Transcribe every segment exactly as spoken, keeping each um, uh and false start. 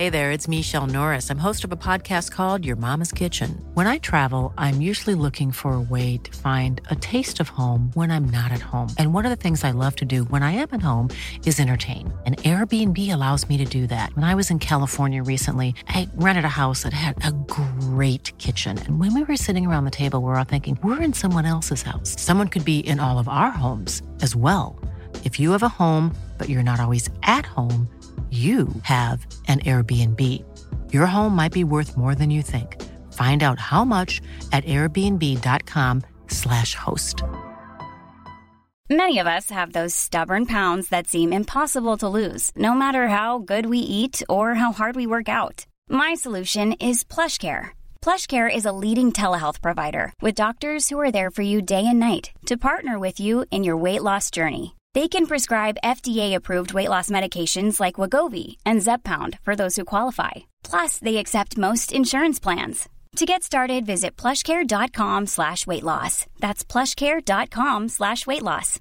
Hey there, it's Michelle Norris. I'm host of a podcast called Your Mama's Kitchen. When I travel, I'm usually looking for a way to find a taste of home when I'm not at home. And one of the things I love to do when I am at home is entertain. And Airbnb allows me to do that. When I was in California recently, I rented a house that had a great kitchen. And when we were sitting around the table, we were all thinking, we're in someone else's house. Someone could be in all of our homes as well. If you have a home, but you're not always at home, you have an Airbnb. Your home might be worth more than you think. Find out how much at airbnb.com slash host. Many of us have those stubborn pounds that seem impossible to lose, no matter how good we eat or how hard we work out. My solution is PlushCare. PlushCare is a leading telehealth provider with doctors who are there for you day and night to partner with you in your weight loss journey. They can prescribe F D A-approved weight loss medications like Wegovy and Zepbound for those who qualify. Plus, they accept most insurance plans. To get started, visit plushcare.com slash weight loss. That's plushcare.com slash weight loss.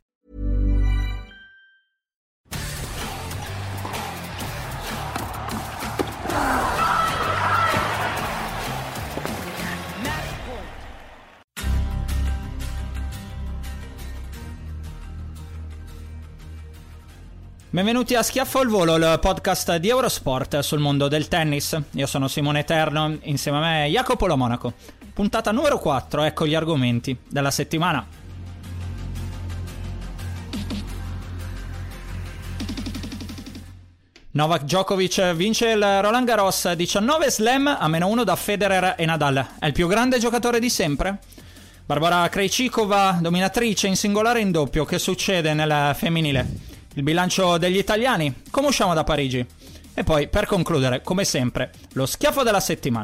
Benvenuti a Schiaffo al Volo, il podcast di Eurosport sul mondo del tennis. Io sono Simone Eterno, insieme a me Jacopo Lo Monaco. Puntata numero quattro, ecco gli argomenti della settimana. Novak Djokovic vince il Roland Garros, diciannove slam a meno uno da Federer e Nadal. È il più grande giocatore di sempre? Barbara Krejcikova, dominatrice in singolare e in doppio, che succede nel femminile? Il bilancio degli italiani, come usciamo da Parigi? E poi, per concludere, come sempre, lo schiaffo della settimana.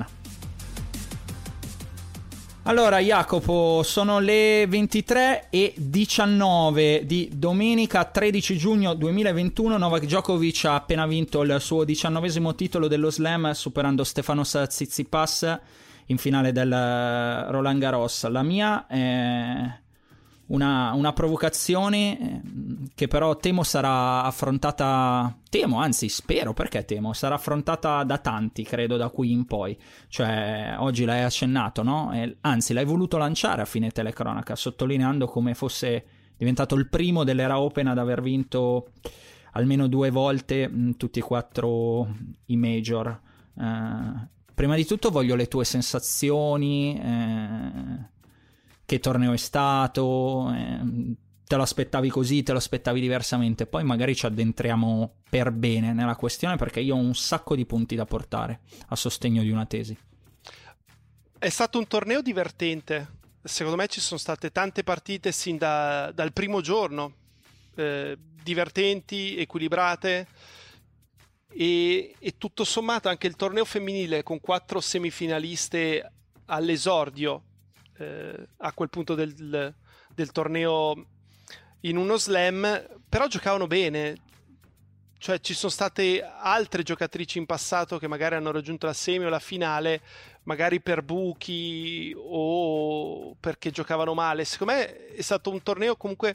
Allora, Jacopo, sono le ventitré e diciannove di domenica tredici giugno duemilaventuno. Novak Djokovic ha appena vinto il suo diciannovesimo titolo dello Slam, superando Stefanos Tsitsipas in finale del Roland Garros. La mia è Una, una provocazione che però temo sarà affrontata, temo, anzi spero, perché temo, sarà affrontata da tanti, credo, da qui in poi. Cioè, oggi l'hai accennato, no? E, anzi, l'hai voluto lanciare a fine telecronaca, sottolineando come fosse diventato il primo dell'era Open ad aver vinto almeno due volte mh, tutti e quattro i major. Uh, prima di tutto voglio le tue sensazioni. Eh, Che torneo è stato? Eh, te lo aspettavi così? Te lo aspettavi diversamente? Poi magari ci addentriamo per bene nella questione, perché io ho un sacco di punti da portare a sostegno di una tesi. È stato un torneo divertente. Secondo me ci sono state tante partite sin da, dal primo giorno, eh, divertenti, equilibrate, e, e tutto sommato anche il torneo femminile con quattro semifinaliste all'esordio, Eh, a quel punto del, del torneo in uno slam, però giocavano bene. Cioè ci sono state altre giocatrici in passato che magari hanno raggiunto la semi o la finale, magari per buchi o perché giocavano male. Secondo me è stato un torneo comunque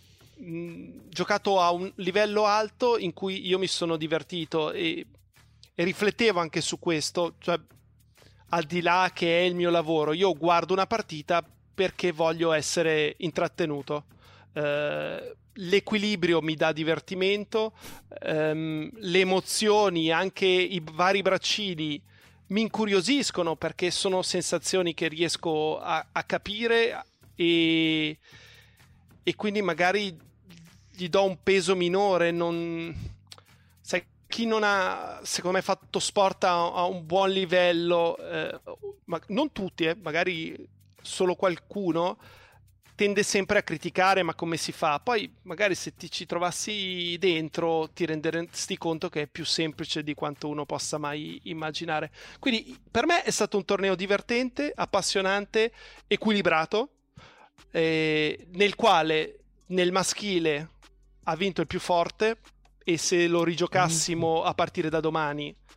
mh, giocato a un livello alto, in cui io mi sono divertito e, e riflettevo anche su questo. Cioè, al di là che è il mio lavoro, io guardo una partita perché voglio essere intrattenuto. Eh, l'equilibrio mi dà divertimento, ehm, le emozioni, anche i vari braccini mi incuriosiscono, perché sono sensazioni che riesco a, a capire, e, e quindi magari gli do un peso minore. Non... Sai, chi non ha, secondo me, fatto sport a, a un buon livello, eh, ma non tutti, eh, magari solo qualcuno, tende sempre a criticare, ma come si fa? Poi magari se ti ci trovassi dentro ti renderesti conto che è più semplice di quanto uno possa mai immaginare. Quindi per me è stato un torneo divertente, appassionante, equilibrato, eh, nel quale nel maschile ha vinto il più forte, e se lo rigiocassimo a partire da domani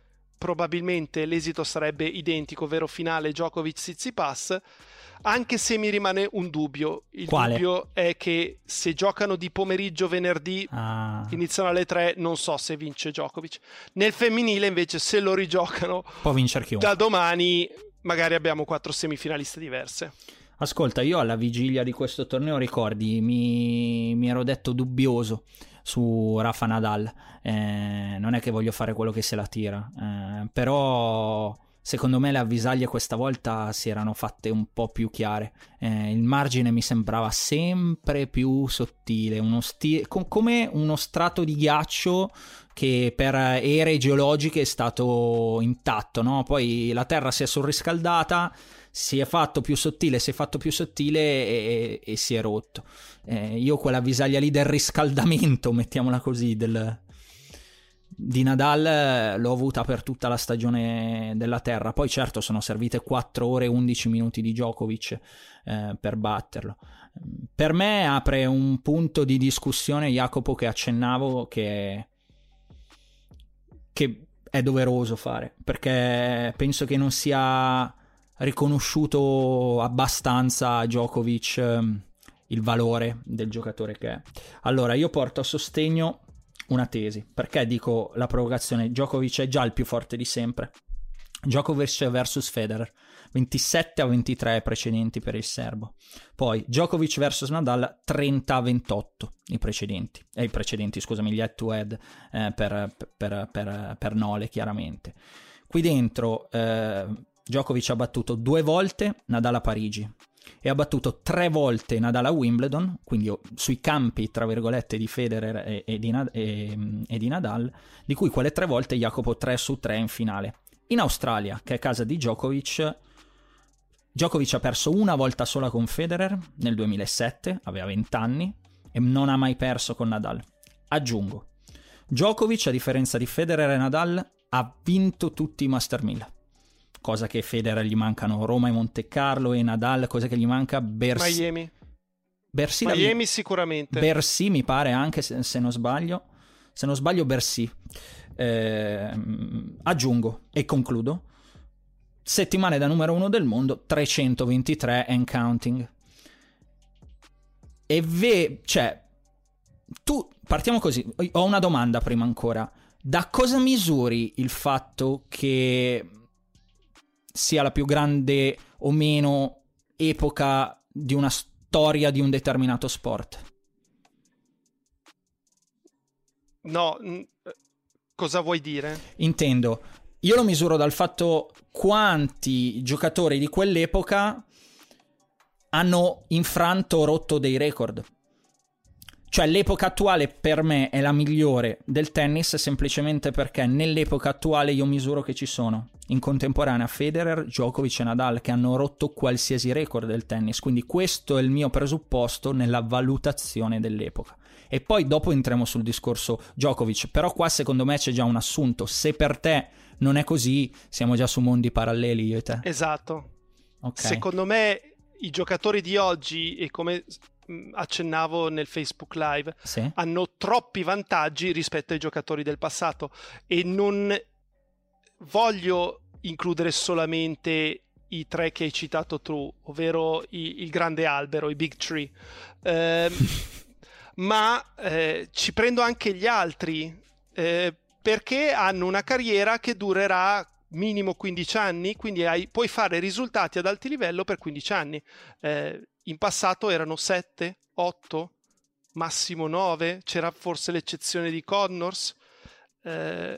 probabilmente l'esito sarebbe identico, ovvero finale Djokovic-Tsitsipas, anche se mi rimane un dubbio. Il Quale? dubbio è che se giocano di pomeriggio venerdì, ah. iniziano alle tre, non so se vince Djokovic. Nel femminile invece, se lo rigiocano può vincere chiunque. Da domani magari abbiamo quattro semifinaliste diverse. Ascolta, io alla vigilia di questo torneo, ricordi, mi, mi ero detto dubbioso su Rafa Nadal. Eh, non è che voglio fare quello che se la tira, eh, però secondo me le avvisaglie questa volta si erano fatte un po' più chiare. Eh, il margine mi sembrava sempre più sottile, uno sti- com- come uno strato di ghiaccio che per ere geologiche è stato intatto, no? Poi la terra si è surriscaldata, si è fatto più sottile, si è fatto più sottile e, e si è rotto. Eh, io quella avvisaglia lì del riscaldamento, mettiamola così, del, di Nadal l'ho avuta per tutta la stagione della terra. Poi certo sono servite quattro ore e undici minuti di Djokovic eh, per batterlo. Per me apre un punto di discussione, Jacopo, che accennavo, che, che è doveroso fare, perché penso che non sia riconosciuto abbastanza a Djokovic eh, il valore del giocatore che è. Allora io porto a sostegno una tesi. Perché dico la provocazione? Djokovic è già il più forte di sempre. Djokovic versus Federer, ventisette a ventitré precedenti per il serbo. Poi Djokovic versus Nadal, trenta a ventotto i precedenti, eh, i precedenti scusami, gli head to head eh, per, per, per, per Nole, chiaramente. Qui dentro eh, Djokovic ha battuto due volte Nadal a Parigi e ha battuto tre volte Nadal a Wimbledon, quindi sui campi tra virgolette di Federer e, e, di, e, e di Nadal, di cui quelle tre volte Jacopo tre su tre in finale. In Australia, che è casa di Djokovic, Djokovic ha perso una volta sola con Federer nel duemilasette, aveva venti anni, e non ha mai perso con Nadal. Aggiungo, Djokovic, a differenza di Federer e Nadal, ha vinto tutti i Master mille. Cosa che Federer gli mancano Roma e Monte Carlo, e Nadal cosa che gli manca Bercy. Miami. Bercy Miami la... sicuramente. Bercy mi pare anche, se, se non sbaglio. Se non sbaglio Bercy. Eh, aggiungo e concludo. Settimane da numero uno del mondo, trecentoventitré and counting. E ve... cioè... Tu... Partiamo così. Ho una domanda prima ancora. Da cosa misuri il fatto che sia la più grande o meno epoca di una storia di un determinato sport? No, cosa vuoi dire? Intendo, io lo misuro dal fatto quanti giocatori di quell'epoca hanno infranto o rotto dei record. Cioè l'epoca attuale per me è la migliore del tennis semplicemente perché nell'epoca attuale io misuro che ci sono in contemporanea Federer, Djokovic e Nadal che hanno rotto qualsiasi record del tennis, quindi questo è il mio presupposto nella valutazione dell'epoca. E poi dopo entriamo sul discorso Djokovic, però qua secondo me c'è già un assunto. Se per te non è così, siamo già su mondi paralleli io e te. Esatto. Okay. Secondo me i giocatori di oggi, e come accennavo nel Facebook Live, sì, hanno troppi vantaggi rispetto ai giocatori del passato, e non voglio includere solamente i tre che hai citato tu, ovvero i, il grande albero, i Big Tree, eh, ma eh, ci prendo anche gli altri, eh, perché hanno una carriera che durerà minimo quindici anni, quindi hai, puoi fare risultati ad alti livello per quindici anni. Eh, in passato erano sette, otto, massimo nove, c'era forse l'eccezione di Connors. Eh,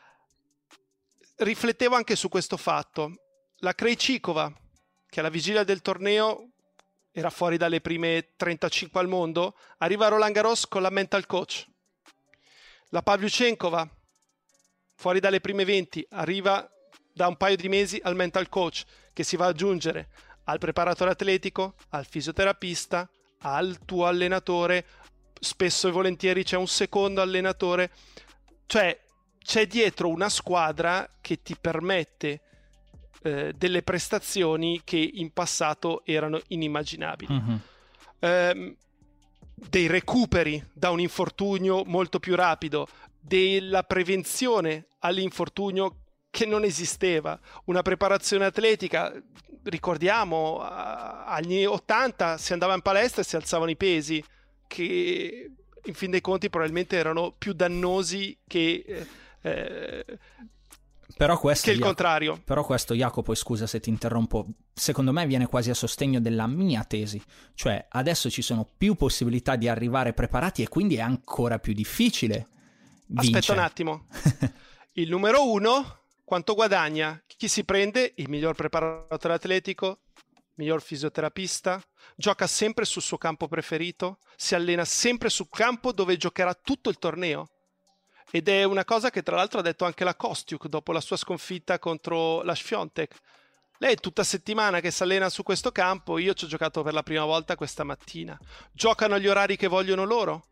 riflettevo anche su questo fatto. La Krejcikova, che alla vigilia del torneo era fuori dalle prime trentacinque al mondo, arriva a Roland Garros con la mental coach. La Pavlyuchenkova, fuori dalle prime venti, arriva da un paio di mesi al mental coach, che si va ad aggiungere al preparatore atletico, al fisioterapista, al tuo allenatore, spesso e volentieri c'è un secondo allenatore, cioè c'è dietro una squadra che ti permette eh, delle prestazioni che in passato erano inimmaginabili. Mm-hmm. Eh, dei recuperi da un infortunio molto più rapido, della prevenzione all'infortunio che non esisteva. Una preparazione atletica, ricordiamo, agli anni ottanta si andava in palestra e si alzavano i pesi, che in fin dei conti probabilmente erano più dannosi che... Eh, Però questo, che il Jacopo, contrario. Però questo, Jacopo, scusa se ti interrompo, secondo me viene quasi a sostegno della mia tesi. Cioè, adesso ci sono più possibilità di arrivare preparati e quindi è ancora più difficile vincere. Aspetta un attimo. Il numero uno, quanto guadagna? Chi si prende? Il miglior preparatore atletico, miglior fisioterapista, gioca sempre sul suo campo preferito, si allena sempre sul campo dove giocherà tutto il torneo. Ed è una cosa che tra l'altro ha detto anche la Kostiuk dopo la sua sconfitta contro la Swiatek. Lei è tutta settimana che si allena su questo campo, io ci ho giocato per la prima volta questa mattina. Giocano agli orari che vogliono loro.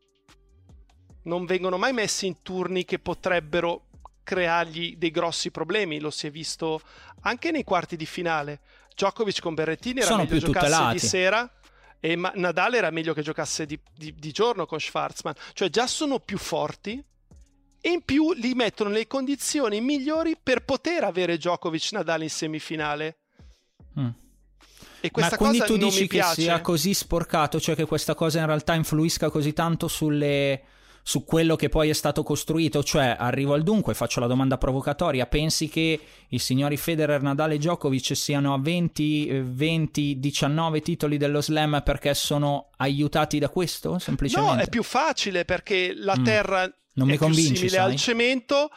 Non vengono mai messi in turni che potrebbero creargli dei grossi problemi, lo si è visto anche nei quarti di finale. Djokovic con Berrettini era Sono meglio più giocasse tutelati. di sera e Nadal era meglio che giocasse di, di, di giorno con Schwartzman. Cioè già sono più forti e in più li mettono nelle condizioni migliori per poter avere Djokovic Nadal in semifinale. Mm. E questa Ma quindi cosa tu non dici mi che piace. sia così sporcato, cioè che questa cosa in realtà influisca così tanto sulle... su quello che poi è stato costruito? Cioè, arrivo al dunque, faccio la domanda provocatoria: pensi che i signori Federer, Nadal e Djokovic siano a venti, venti, diciannove titoli dello Slam perché sono aiutati da questo, semplicemente? No, è più facile perché la Mm. terra Non è mi più convinci, simile sai? al cemento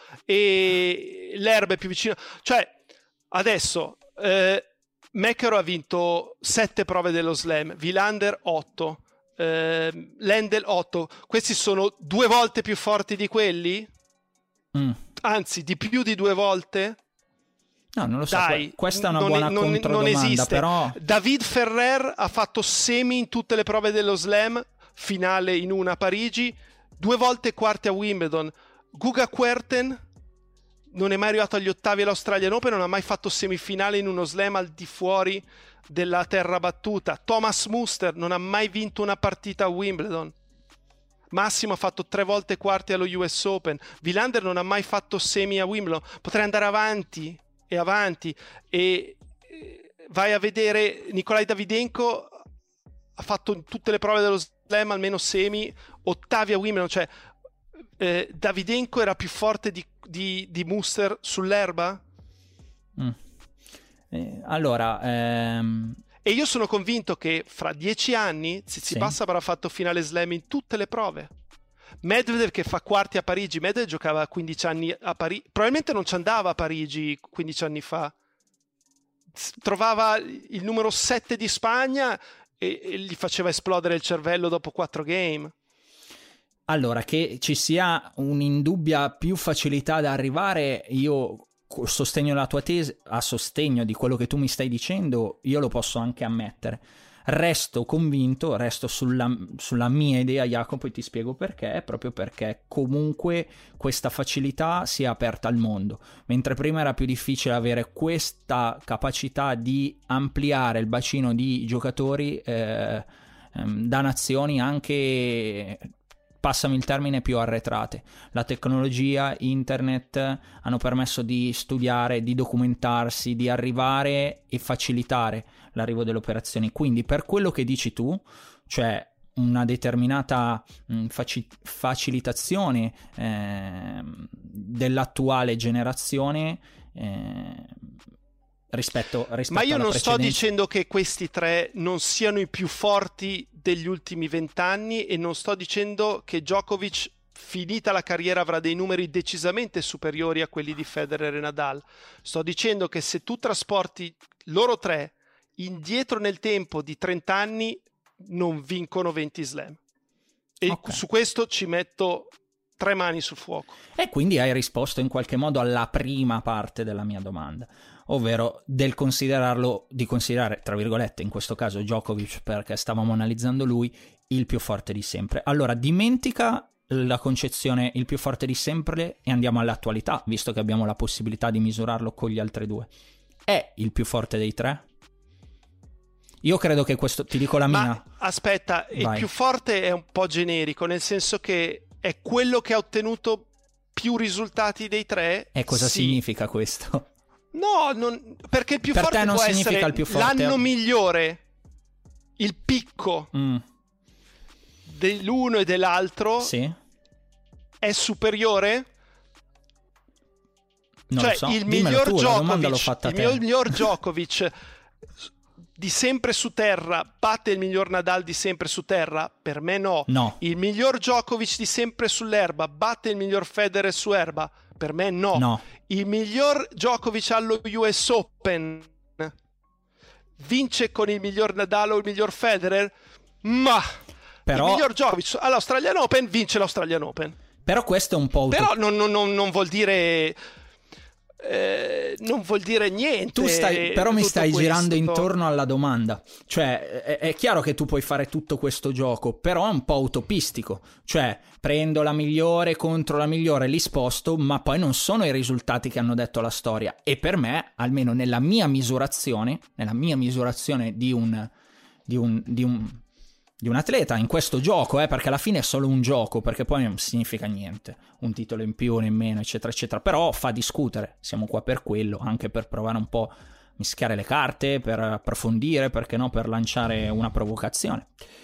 e l'erba è più vicina. Cioè, adesso eh, McEnroe ha vinto sette prove dello Slam, Wilander otto, eh, Lendl otto. Questi sono due volte più forti di quelli? Mm. Anzi, di più di due volte? No, non lo so. Dai, que- questa è una non, buona non, non controdomanda, esiste. però... David Ferrer ha fatto semi in tutte le prove dello Slam, finale in una a Parigi, due volte quarti a Wimbledon. Guga Kuerten non è mai arrivato agli ottavi all'Australian Open, non ha mai fatto semifinale in uno Slam al di fuori della terra battuta. Thomas Muster non ha mai vinto una partita a Wimbledon. Massimo ha fatto tre volte quarti allo U S Open. Wilander non ha mai fatto semi a Wimbledon. Potrei andare avanti e avanti e vai a vedere Nikolai Davydenko ha fatto in tutte le prove dello Slam almeno semi, ottavi a Wimbledon. Cioè eh, Davydenko era più forte di, di, di Muster sull'erba? Mm. Eh, allora ehm... e io sono convinto che fra dieci anni Tsitsipas sì. avrà fatto finale Slam in tutte le prove. Medvedev che fa quarti a Parigi, Medvedev giocava quindici anni a Parigi, probabilmente non ci andava a Parigi quindici anni fa, trovava il numero sette di Spagna e, e gli faceva esplodere il cervello dopo quattro game. Allora, che ci sia un'indubbia più facilità ad arrivare, io sostegno la tua tesi, a sostegno di quello che tu mi stai dicendo, io lo posso anche ammettere. Resto convinto, resto sulla, sulla mia idea, Jacopo, e ti spiego perché, proprio perché comunque questa facilità si è aperta al mondo, mentre prima era più difficile avere questa capacità di ampliare il bacino di giocatori eh, da nazioni anche, passami il termine, più arretrate. La tecnologia, internet hanno permesso di studiare, di documentarsi, di arrivare e facilitare l'arrivo delle operazioni. Quindi per quello che dici tu, cioè una determinata mh, faci- facilitazione eh, dell'attuale generazione eh, rispetto, rispetto Ma io alla non sto precedenza. dicendo che questi tre non siano i più forti degli ultimi vent'anni e non sto dicendo che Djokovic, finita la carriera, avrà dei numeri decisamente superiori a quelli di Federer e Nadal. Sto dicendo che se tu trasporti loro tre indietro nel tempo di trenta anni, non vincono venti Slam. E Okay. su questo ci metto tre mani sul fuoco. E quindi hai risposto in qualche modo alla prima parte della mia domanda, ovvero del considerarlo, di considerare, tra virgolette, in questo caso Djokovic, perché stavamo analizzando lui, il più forte di sempre. Allora, dimentica la concezione il più forte di sempre e andiamo all'attualità, visto che abbiamo la possibilità di misurarlo con gli altri due. È il più forte dei tre? Io credo che questo, ti dico la Ma mia. aspetta, il Vai. più forte è un po' generico, nel senso che è quello che ha ottenuto più risultati dei tre. E cosa sì. significa questo? No, non, perché il più per forte te non può significa essere il più forte. l'anno migliore, il picco mm. dell'uno e dell'altro sì. è superiore. Non cioè lo so. il Dimmelo miglior tu, la domanda l'ho Djokovic, fatta a il te. miglior Djokovic di sempre su terra batte il miglior Nadal di sempre su terra? Per me no. No. Il miglior Djokovic di sempre sull'erba batte il miglior Federer su erba? Per me no. No. Il miglior Djokovic allo U S Open vince con il miglior Nadal o il miglior Federer? Ma Però... il miglior Djokovic all'Australian Open vince l'Australian Open. Però questo è un po' Però non, non, non, non vuol dire... Eh, non vuol dire niente. Tu stai, però mi stai questo. girando intorno alla domanda. Cioè, è, è chiaro che tu puoi fare tutto questo gioco, però è un po' utopistico. Cioè, prendo la migliore contro la migliore, li sposto, ma poi non sono i risultati che hanno detto la storia. E per me, almeno nella mia misurazione, nella mia misurazione di un di un di un di un atleta in questo gioco, eh, perché alla fine è solo un gioco, perché poi non significa niente, un titolo in più o in meno, eccetera, eccetera, però fa discutere, siamo qua per quello, anche per provare un po' a mischiare le carte, per approfondire, perché no, per lanciare una provocazione.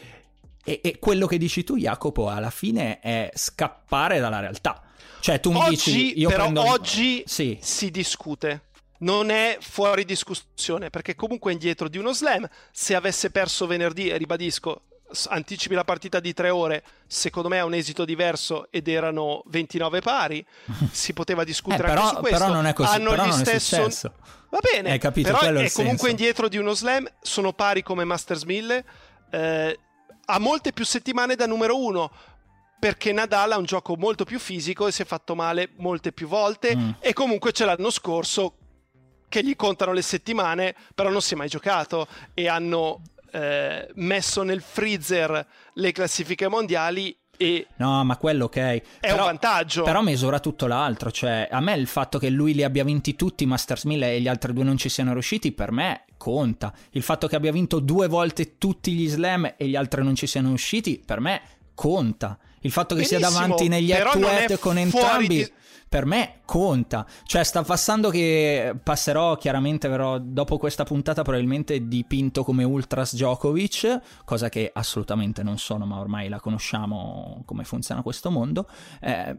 E, e quello che dici tu, Jacopo, alla fine è scappare dalla realtà. Cioè, tu mi oggi, dici... Io però prendo... oggi sì. si discute. Non è fuori discussione, perché comunque è indietro di uno slam. Se avesse perso venerdì, e ribadisco, anticipi la partita di tre ore, secondo me ha un esito diverso ed erano ventinove pari, si poteva discutere eh, però, anche su questo. Però non è così, hanno però gli non stesso... è successo. Va bene, Hai capito, però quello è è il comunque senso. indietro di uno slam, sono pari come Masters mille, eh, ha molte più settimane da numero uno, perché Nadal ha un gioco molto più fisico e si è fatto male molte più volte, mm. e comunque c'è l'anno scorso che gli contano le settimane, però non si è mai giocato, e hanno eh, messo nel freezer le classifiche mondiali, e no, ma quello ok, è però, un vantaggio. Però misura tutto l'altro, cioè a me il fatto che lui li abbia vinti tutti i Masters mille e gli altri due non ci siano riusciti, per me conta. Il fatto che abbia vinto due volte tutti gli slam e gli altri non ci siano usciti, per me conta. Il fatto che Benissimo, sia davanti negli head to head con entrambi di... per me conta. Cioè sta passando che passerò, chiaramente verrò dopo questa puntata probabilmente dipinto come Ultras Djokovic, cosa che assolutamente non sono, ma ormai la conosciamo come funziona questo mondo, eh,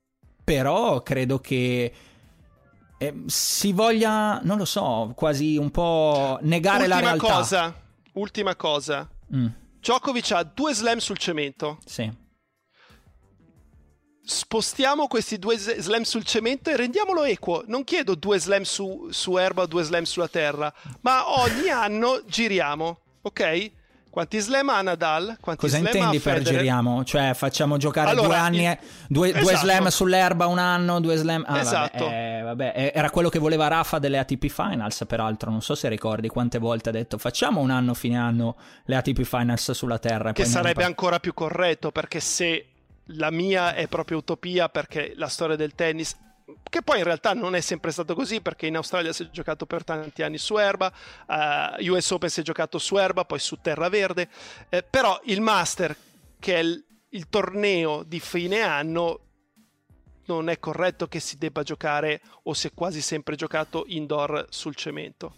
però credo che eh, si voglia, non lo so, quasi un po' negare ultima la realtà. Cosa, ultima cosa, mm. Djokovic ha due slam sul cemento. Sì. Spostiamo questi due slam sul cemento e rendiamolo equo. Non chiedo due slam su, su erba o due slam sulla terra, ma ogni anno giriamo, ok? Quanti slam ha Nadal? Quanti Cosa slam intendi ha per Federer? giriamo? Cioè facciamo giocare allora, due anni, il... due, esatto. due slam sull'erba un anno, due slam... Ah, esatto. Vabbè, eh, vabbè. Era quello che voleva Rafa delle A T P Finals, peraltro. Non so se ricordi quante volte ha detto facciamo un anno fine anno le A T P Finals sulla terra. Che poi sarebbe non... ancora più corretto, perché se la mia è proprio utopia, perché la storia del tennis, che poi in realtà non è sempre stato così, perché in Australia si è giocato per tanti anni su erba, uh, U S Open si è giocato su erba, poi su terra verde, eh, però il Master, che è il, il torneo di fine anno, non è corretto che si debba giocare, o si è quasi sempre giocato indoor sul cemento.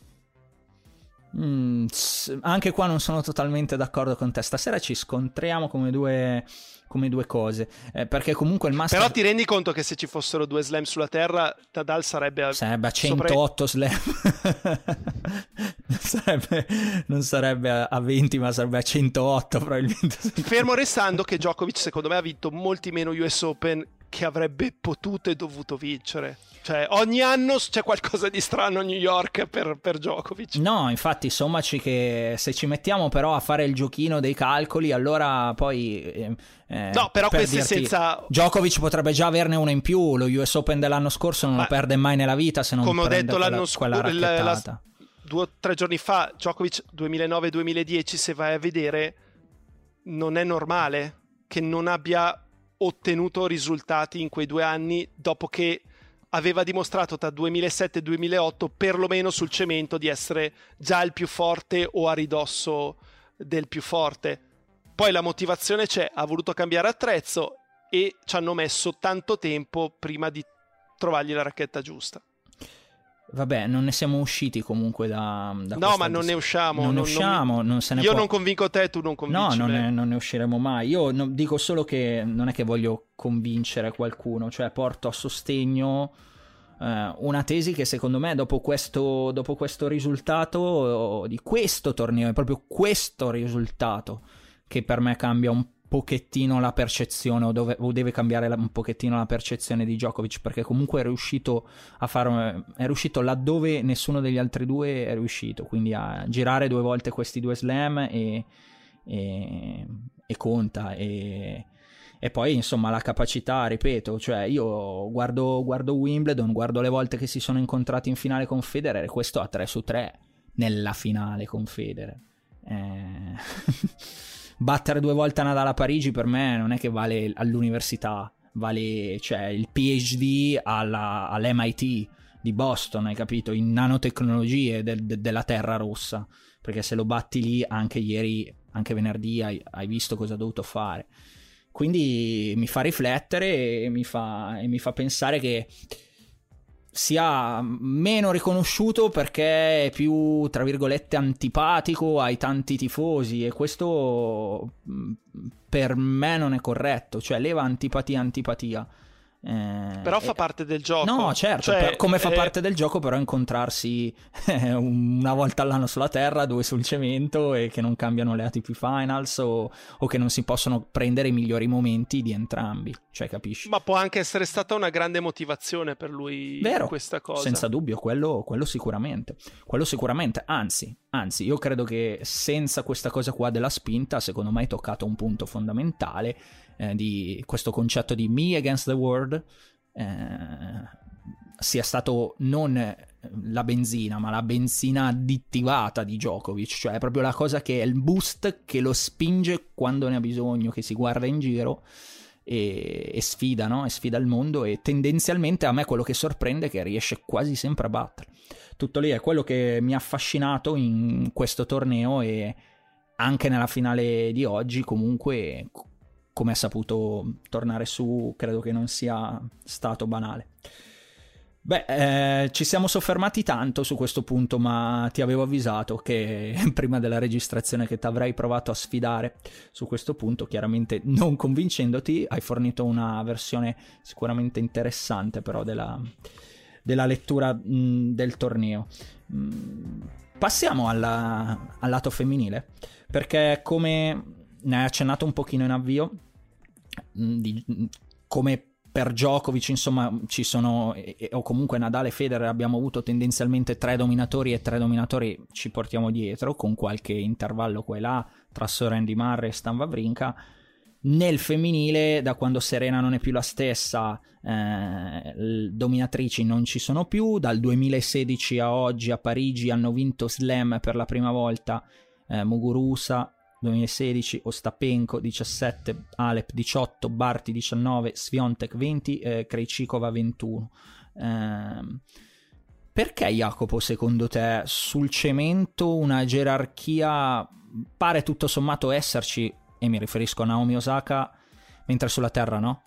Mm, anche qua non sono totalmente d'accordo con te. Stasera ci scontriamo come due, come due cose, eh, perché comunque il Master... Però ti rendi conto che se ci fossero due slam sulla terra, Nadal sarebbe a, sarebbe a centootto sopra... slam non, sarebbe, non sarebbe a venti, ma sarebbe a centootto probabilmente. Fermo restando che Djokovic secondo me ha vinto molti meno U S Open che avrebbe potuto e dovuto vincere. Cioè ogni anno c'è qualcosa di strano a New York per, per Djokovic. No, infatti sommaci che se ci mettiamo però a fare il giochino dei calcoli, allora poi eh, no, però per questo è dirti, senza... Djokovic potrebbe già averne una in più. Lo U S Open dell'anno scorso non Ma, lo perde mai nella vita, se non come ho prende detto quella, l'anno scorso, quella racchettata. Due o tre giorni fa Djokovic duemilanove duemiladieci, se vai a vedere, non è normale che non abbia ottenuto risultati in quei due anni, dopo che aveva dimostrato tra duemilasette e duemilaotto perlomeno sul cemento di essere già il più forte o a ridosso del più forte. Poi la motivazione c'è, ha voluto cambiare attrezzo e ci hanno messo tanto tempo prima di trovargli la racchetta giusta. Vabbè, non ne siamo usciti comunque da, da no, ma non dis- ne usciamo. Non, non ne usciamo, non mi... non se ne Io può... non convinco te, tu non convinci No, non me. ne, non ne usciremo mai. Io no, dico solo che non è che voglio convincere qualcuno, cioè porto a sostegno eh, una tesi che secondo me dopo questo, dopo questo risultato, di questo torneo, è proprio questo risultato che per me cambia un pochettino la percezione o, dove, o deve cambiare la, un pochettino la percezione di Djokovic, perché comunque è riuscito a fare è riuscito laddove nessuno degli altri due è riuscito, quindi a girare due volte questi due slam e, e, e conta e, e poi insomma la capacità, ripeto, cioè io guardo, guardo Wimbledon, guardo le volte che si sono incontrati in finale con Federer e questo a tre su tre nella finale con Federer. eh... Battere due volte Nadal a Parigi per me non è che vale all'università, vale, cioè, il P H D alla, all'M I T di Boston, hai capito? In nanotecnologie del, de, della terra rossa, perché se lo batti lì anche ieri, anche venerdì hai, hai visto cosa ha dovuto fare. Quindi mi fa riflettere e mi fa, e mi fa pensare che sia meno riconosciuto perché è più, tra virgolette, antipatico ai tanti tifosi, e questo per me non è corretto, cioè leva antipatia antipatia. Eh, però fa eh, parte del gioco. No, certo, cioè, per, come fa eh, parte del gioco però incontrarsi una volta all'anno sulla terra, due sul cemento, e che non cambiano le A T P Finals o, o che non si possono prendere i migliori momenti di entrambi, cioè capisci? Ma può anche essere stata una grande motivazione per lui. Vero, questa cosa. Senza dubbio, quello, quello sicuramente, quello sicuramente, anzi, anzi, io credo che senza questa cosa qua della spinta, secondo me hai toccato un punto fondamentale eh, di questo concetto di me against the world, eh, sia stato non la benzina, ma la benzina additivata di Djokovic, cioè è proprio la cosa che è il boost che lo spinge quando ne ha bisogno, che si guarda in giro e, e sfida, no? E sfida il mondo, e tendenzialmente a me quello che sorprende è che riesce quasi sempre a battere. Tutto lì è quello che mi ha affascinato in questo torneo, e anche nella finale di oggi comunque come ha saputo tornare su credo che non sia stato banale. Beh, eh, ci siamo soffermati tanto su questo punto, ma ti avevo avvisato che prima della registrazione che ti avrei provato a sfidare su questo punto, chiaramente non convincendoti. Hai fornito una versione sicuramente interessante però della, della lettura mh, del torneo. Mh, passiamo alla, al lato femminile, perché come ne hai accennato un pochino in avvio, mh, di, mh, come per Djokovic insomma ci sono, o comunque Nadal e Federer, abbiamo avuto tendenzialmente tre dominatori, e tre dominatori ci portiamo dietro con qualche intervallo qua e là tra Sir Andy Murray e Stan Wawrinka. Nel femminile, da quando Serena non è più la stessa, eh, dominatrici non ci sono più. Dal duemilasedici a oggi a Parigi hanno vinto slam per la prima volta eh, Muguruza duemilasedici, Ostapenko diciassette, Alep diciotto, Barty diciannove, Swiatek venti, eh, Krejcikova ventuno. Eh, perché, Jacopo, secondo te sul cemento una gerarchia pare tutto sommato esserci, e mi riferisco a Naomi Osaka, mentre sulla terra no?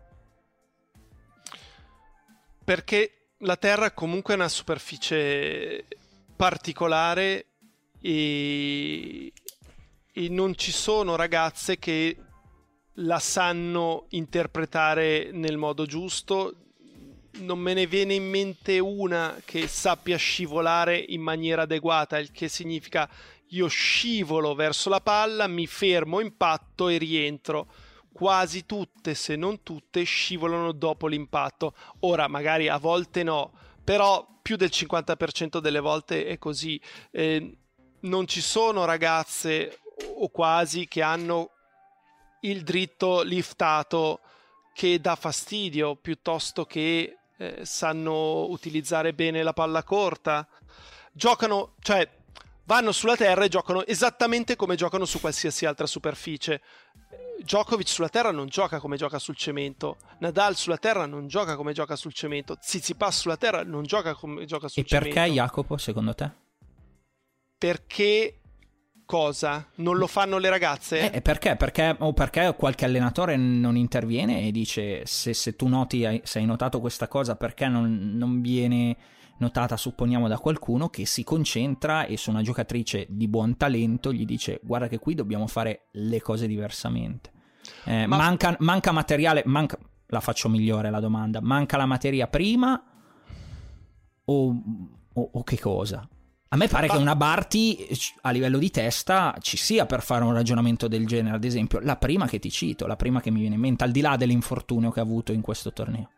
Perché la terra comunque è una superficie particolare e e non ci sono ragazze che la sanno interpretare nel modo giusto. Non me ne viene in mente una che sappia scivolare in maniera adeguata, il che significa io scivolo verso la palla, mi fermo, impatto e rientro. Quasi tutte, se non tutte, scivolano dopo l'impatto. Ora magari a volte no, però più del cinquanta per cento delle volte è così. Eh, non ci sono ragazze o quasi che hanno il dritto liftato che dà fastidio, piuttosto che eh, sanno utilizzare bene la palla corta. Giocano, cioè vanno sulla terra e giocano esattamente come giocano su qualsiasi altra superficie. Djokovic sulla terra non gioca come gioca sul cemento, Nadal sulla terra non gioca come gioca sul cemento, Tsitsipas sulla terra non gioca come gioca sul e cemento. E perché, Jacopo, secondo te? Perché cosa? Non lo fanno le ragazze? Eh, perché? Perché? O perché qualche allenatore non interviene e dice se, se tu noti, hai, se hai notato questa cosa, perché non, non viene notata, supponiamo, da qualcuno che si concentra e su una giocatrice di buon talento gli dice guarda che qui dobbiamo fare le cose diversamente. Eh, Ma... manca, manca materiale, manca, la faccio migliore la domanda, manca la materia prima o, o, o che cosa? A me pare Ma... che una Barty a livello di testa ci sia per fare un ragionamento del genere. Ad esempio la prima che ti cito, la prima che mi viene in mente, al di là dell'infortunio che ha avuto in questo torneo.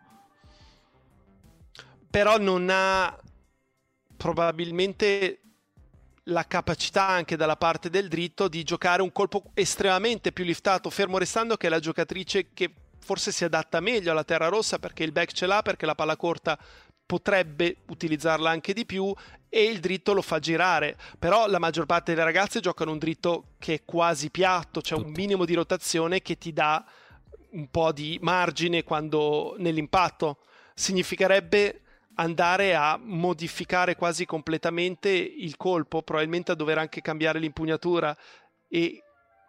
Però non ha probabilmente la capacità anche dalla parte del dritto di giocare un colpo estremamente più liftato, fermo restando che è la giocatrice che forse si adatta meglio alla terra rossa, perché il back ce l'ha, perché la palla corta potrebbe utilizzarla anche di più e il dritto lo fa girare. Però la maggior parte delle ragazze giocano un dritto che è quasi piatto, cioè un minimo di rotazione che ti dà un po' di margine quando nell'impatto. Significherebbe andare a modificare quasi completamente il colpo, probabilmente a dover anche cambiare l'impugnatura. E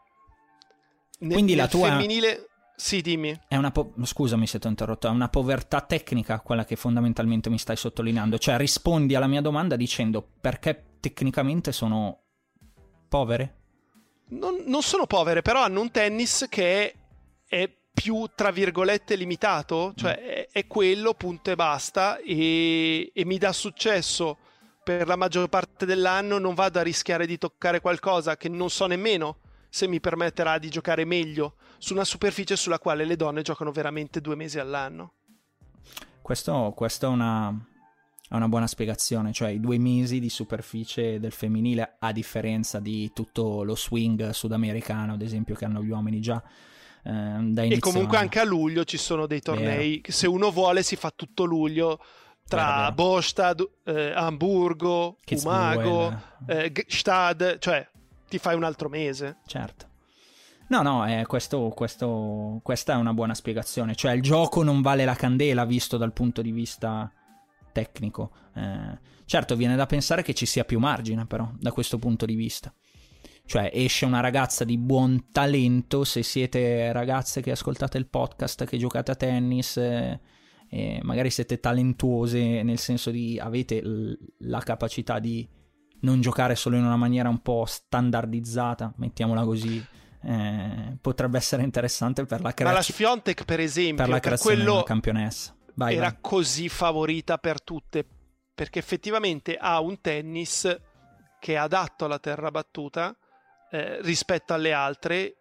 nel, quindi la nel tua femminile... Sì, dimmi. È una po- scusami se ti ho interrotto, è una povertà tecnica quella che fondamentalmente mi stai sottolineando. Cioè rispondi alla mia domanda dicendo perché tecnicamente sono povere? Non, non sono povere, però hanno un tennis che è, è più, tra virgolette, limitato, cioè mm. è, è quello, punto e basta, e, e mi dà successo per la maggior parte dell'anno. Non vado a rischiare di toccare qualcosa che non so nemmeno se mi permetterà di giocare meglio su una superficie sulla quale le donne giocano veramente due mesi all'anno. Questo, questo è una, è una buona spiegazione, cioè i due mesi di superficie del femminile, a differenza di tutto lo swing sudamericano, ad esempio, che hanno gli uomini già eh, da inizio. E comunque anche a luglio ci sono dei tornei, che se uno vuole si fa tutto luglio, tra Bostad, eh, Amburgo, Umago, eh, Stad, cioè ti fai un altro mese. Certo. No, no, eh, questo, questo, questa è una buona spiegazione. Cioè il gioco non vale la candela visto dal punto di vista tecnico. Eh, certo, viene da pensare che ci sia più margine però, da questo punto di vista. Cioè esce una ragazza di buon talento, se siete ragazze che ascoltate il podcast, che giocate a tennis, eh, eh, magari siete talentuose, nel senso di avete l- la capacità di non giocare solo in una maniera un po' standardizzata, mettiamola così. Eh, potrebbe essere interessante per la creazione. Ma la Swiatek, per esempio, per la creazione per quello della campionessa vai, era vai. così favorita per tutte, perché effettivamente ha un tennis che è adatto alla terra battuta eh, rispetto alle altre,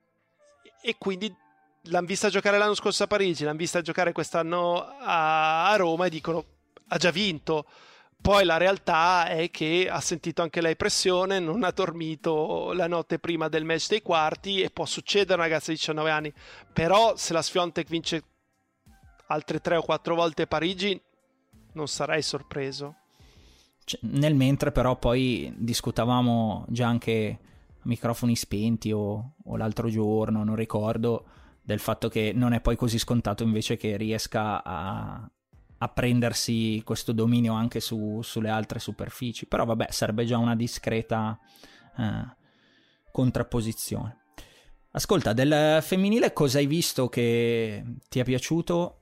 e quindi l'hanno vista giocare l'anno scorso a Parigi, l'hanno vista giocare quest'anno a, a Roma e dicono ha già vinto. Poi la realtà è che ha sentito anche lei pressione, non ha dormito la notte prima del match dei quarti, e può succedere a una ragazza di diciannove anni. Però se la Swiatek vince altre tre o quattro volte Parigi non sarei sorpreso. Cioè, nel mentre però poi discutavamo già anche a microfoni spenti o, o l'altro giorno, non ricordo, del fatto che non è poi così scontato invece che riesca a... a prendersi questo dominio anche su, sulle altre superfici. Però vabbè, sarebbe già una discreta eh, contrapposizione. Ascolta, del femminile cosa hai visto che ti è piaciuto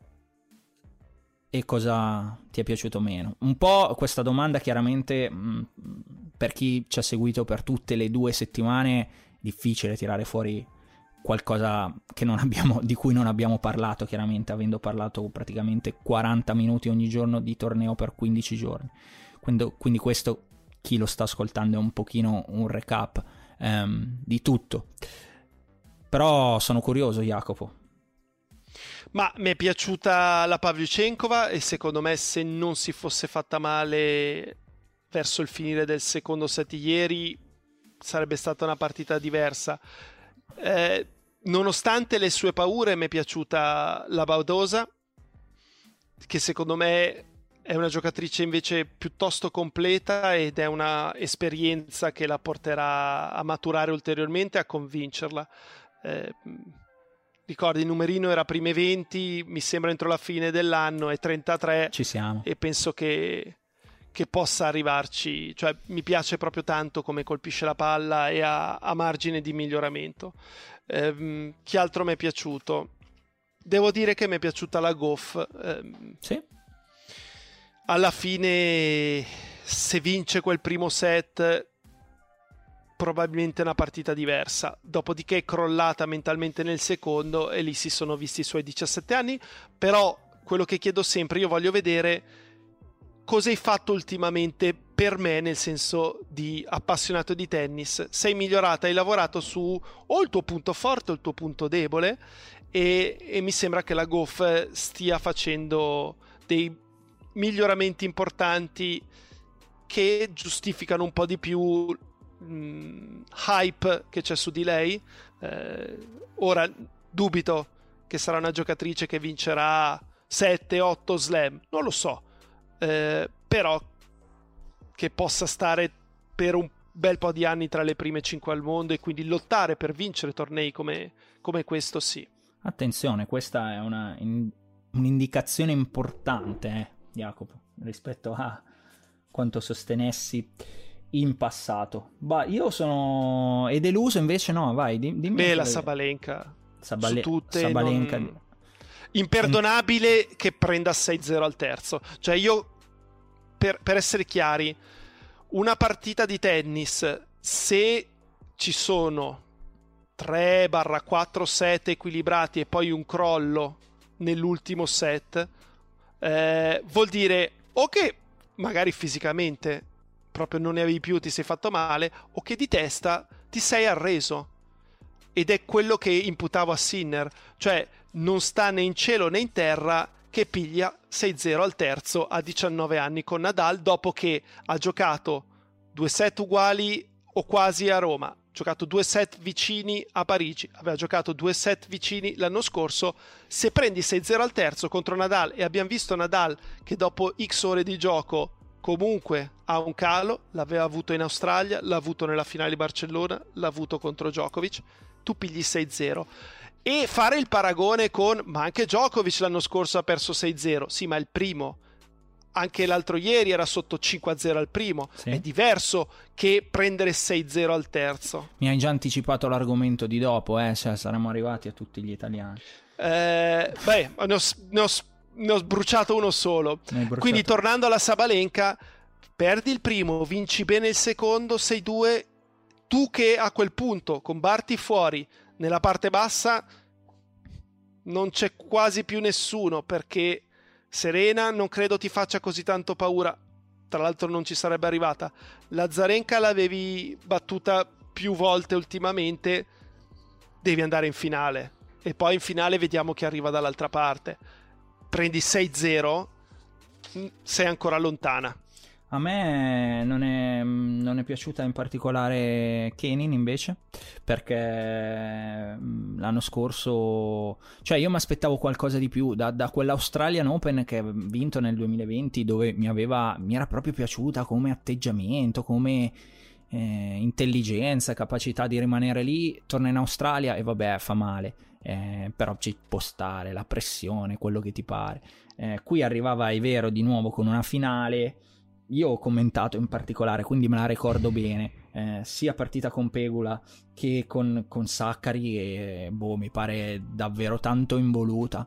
e cosa ti è piaciuto meno? Un po' questa domanda chiaramente mh, per chi ci ha seguito per tutte le due settimane, difficile tirare fuori qualcosa che non abbiamo, di cui non abbiamo parlato, chiaramente avendo parlato praticamente quaranta minuti ogni giorno di torneo per quindici giorni, quindi, quindi questo, chi lo sta ascoltando, è un pochino un recap ehm, di tutto. Però sono curioso, Jacopo. Ma mi è piaciuta la Pavlyuchenkova, e secondo me se non si fosse fatta male verso il finire del secondo set ieri sarebbe stata una partita diversa. Eh, nonostante le sue paure mi è piaciuta la Badosa, che secondo me è una giocatrice invece piuttosto completa, ed è una esperienza che la porterà a maturare ulteriormente, a convincerla. Eh, ricordi, il numerino era prime venti, mi sembra entro la fine dell'anno, è trentatré, ci siamo, e penso che, che possa arrivarci, cioè mi piace proprio tanto come colpisce la palla e ha, ha margine di miglioramento. Ehm, chi altro mi è piaciuto? Devo dire che mi è piaciuta la Gauff. Ehm, sì. Alla fine, se vince quel primo set, probabilmente è una partita diversa. Dopodiché è crollata mentalmente nel secondo e lì si sono visti i suoi diciassette anni. Però quello che chiedo sempre, io voglio vedere cosa hai fatto ultimamente per me, nel senso di appassionato di tennis. Sei migliorata, hai lavorato su o il tuo punto forte o il tuo punto debole, e, e mi sembra che la Gauff stia facendo dei miglioramenti importanti che giustificano un po' di più mh, hype che c'è su di lei. Eh, ora dubito che sarà una giocatrice che vincerà sette otto slam, non lo so. Eh, però che possa stare per un bel po' di anni tra le prime cinque al mondo e quindi lottare per vincere tornei come, come questo, sì. Attenzione, questa è una in, un'indicazione importante, eh, Jacopo, rispetto a quanto sostenessi in passato. Bah, io sono... e deluso invece no, vai, dimmi. Beh, la Sabalenka Sabale... su tutte Sabalenka non... imperdonabile che prenda sei zero al terzo. Cioè io, per, per essere chiari, una partita di tennis, se ci sono tre quattro set equilibrati e poi un crollo nell'ultimo set, eh, vuol dire o che magari fisicamente proprio non ne avevi più, ti sei fatto male, o che di testa ti sei arreso. Ed è quello che imputavo a Sinner, cioè non sta né in cielo né in terra che piglia sei zero al terzo a diciannove anni con Nadal, dopo che ha giocato due set uguali o quasi a Roma, ha giocato due set vicini a Parigi, aveva giocato due set vicini l'anno scorso. Se prendi sei zero al terzo contro Nadal, e abbiamo visto Nadal che dopo X ore di gioco comunque ha un calo, l'aveva avuto in Australia, l'ha avuto nella finale di Barcellona, l'ha avuto contro Djokovic, tu pigli sei zero. E fare il paragone con, ma anche Djokovic l'anno scorso ha perso sei zero, sì, ma è il primo, anche l'altro ieri era sotto cinque a zero al primo, sì. È diverso che prendere sei zero al terzo. Mi hai già anticipato l'argomento di dopo, eh? Cioè, saremmo arrivati a tutti gli italiani. Eh, beh, ne ho, ne, ho, ne ho bruciato uno solo, bruciato. Quindi tornando alla Sabalenka, perdi il primo, vinci bene il secondo, sei due, tu che a quel punto con Barty fuori nella parte bassa non c'è quasi più nessuno, perché Serena non credo ti faccia così tanto paura, tra l'altro non ci sarebbe arrivata. L'Azarenka l'avevi battuta più volte ultimamente, devi andare in finale e poi in finale vediamo chi arriva dall'altra parte. Prendi sei zero, sei ancora lontana. A me non è, non è piaciuta in particolare Kenin invece, perché l'anno scorso, cioè io mi aspettavo qualcosa di più da, da quell'Australian Open che ha vinto nel duemilaventi, dove mi aveva mi era proprio piaciuta come atteggiamento, come eh, intelligenza, capacità di rimanere lì. Torna in Australia e vabbè, fa male, eh, però ci può stare la pressione, quello che ti pare. Eh, qui arrivava, è vero, di nuovo con una finale. Io ho commentato in particolare, quindi me la ricordo bene, eh, sia partita con Pegula che con, con Saccari, e boh, mi pare davvero tanto involuta,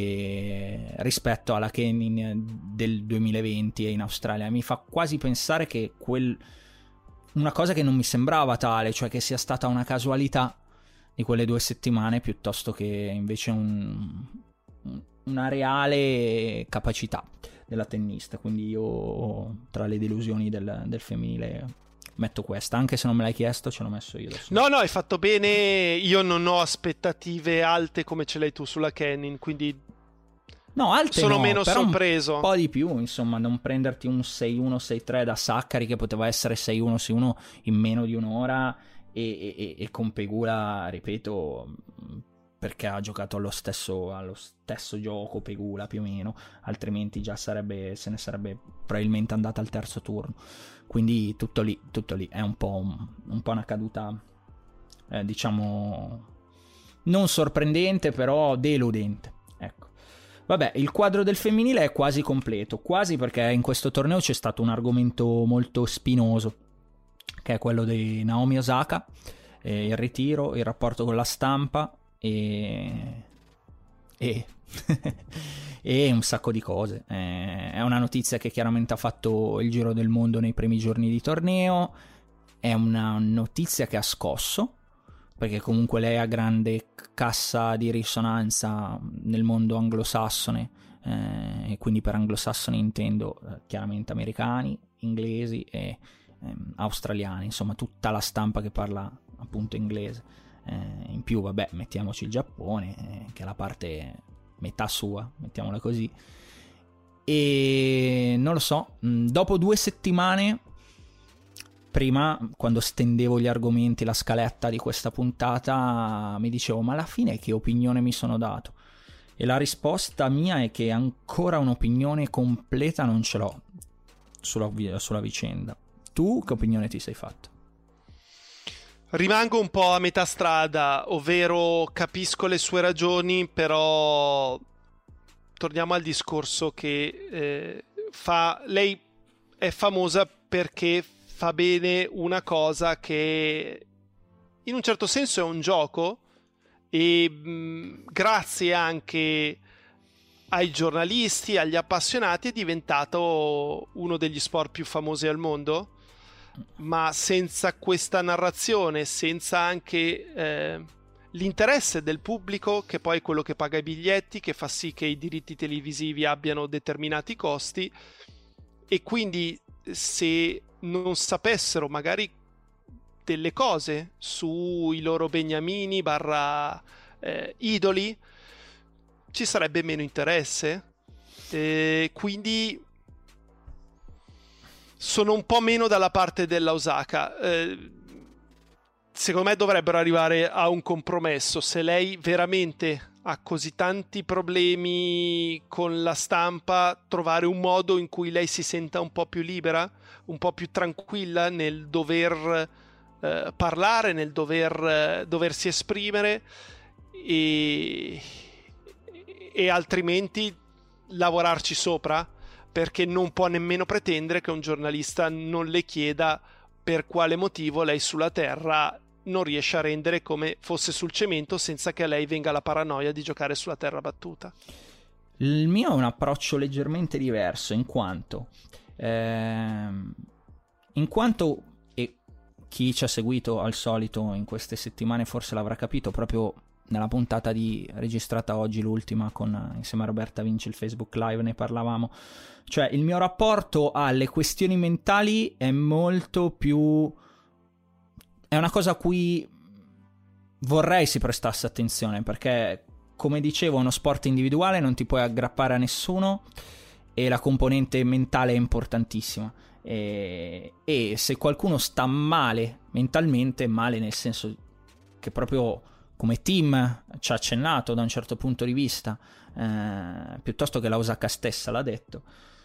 e rispetto alla Kenin del duemilaventi e in Australia mi fa quasi pensare che quel una cosa che non mi sembrava tale, cioè che sia stata una casualità di quelle due settimane piuttosto che invece un, una reale capacità della tennista. Quindi io tra le delusioni del, del femminile metto questa, anche se non me l'hai chiesto, ce l'ho messo io adesso. No no, hai fatto bene. Io non ho aspettative alte come ce l'hai tu sulla Kenin, quindi no, alte sono no, meno però sorpreso, un po' di più, insomma, non prenderti un sei uno sei tre da Saccari che poteva essere sei uno sei uno in meno di un'ora, e, e, e con Pegula, ripeto, perché ha giocato allo stesso, allo stesso gioco Pegula più o meno, altrimenti già sarebbe, se ne sarebbe probabilmente andata al terzo turno. Quindi tutto lì, tutto lì è un po', un, un po' una caduta, eh, diciamo, non sorprendente, però deludente, ecco. Vabbè, il quadro del femminile è quasi completo, quasi, perché in questo torneo c'è stato un argomento molto spinoso, che è quello di Naomi Osaka, eh, il ritiro, il rapporto con la stampa e... e... e un sacco di cose. Eh, è una notizia che chiaramente ha fatto il giro del mondo nei primi giorni di torneo, è una notizia che ha scosso, perché comunque lei ha grande cassa di risonanza nel mondo anglosassone, eh, e quindi per anglosassoni intendo eh, chiaramente americani, inglesi e ehm, australiani, insomma tutta la stampa che parla appunto inglese. Eh, in più vabbè, mettiamoci il Giappone, eh, che è la parte metà sua, mettiamola così. E non lo so, mh, dopo due settimane, prima quando stendevo gli argomenti, la scaletta di questa puntata, mi dicevo ma alla fine che opinione mi sono dato? E la risposta mia è che ancora un'opinione completa non ce l'ho sulla, sulla vicenda. Tu che opinione ti sei fatto? Rimango un po' a metà strada, ovvero capisco le sue ragioni, però torniamo al discorso che eh, fa lei è famosa perché fa bene una cosa che in un certo senso è un gioco, e mh, grazie anche ai giornalisti, agli appassionati, è diventato uno degli sport più famosi al mondo. Ma senza questa narrazione, senza anche eh, l'interesse del pubblico, che poi è quello che paga i biglietti, che fa sì che i diritti televisivi abbiano determinati costi, e quindi se non sapessero magari delle cose sui loro beniamini barra eh, idoli, ci sarebbe meno interesse. E quindi sono un po' meno dalla parte della Osaka. Eh, secondo me dovrebbero arrivare a un compromesso. Se lei veramente ha così tanti problemi con la stampa, trovare un modo in cui lei si senta un po' più libera, un po' più tranquilla nel dover eh, parlare, nel dover eh, doversi esprimere, e, e altrimenti lavorarci sopra, perché non può nemmeno pretendere che un giornalista non le chieda per quale motivo lei sulla terra non riesce a rendere come fosse sul cemento, senza che a lei venga la paranoia di giocare sulla terra battuta. Il mio è un approccio leggermente diverso, in quanto ehm, in quanto, e chi ci ha seguito al solito in queste settimane forse l'avrà capito, proprio nella puntata di registrata oggi, l'ultima con insieme a Roberta Vinci, il Facebook Live, ne parlavamo. Cioè, il mio rapporto alle questioni mentali è molto più... è una cosa a cui vorrei si prestasse attenzione, perché, come dicevo, è uno sport individuale, non ti puoi aggrappare a nessuno, e la componente mentale è importantissima. E, e se qualcuno sta male mentalmente, male nel senso che proprio... come team ci ha accennato da un certo punto di vista, eh, piuttosto che la Osaka stessa l'ha detto,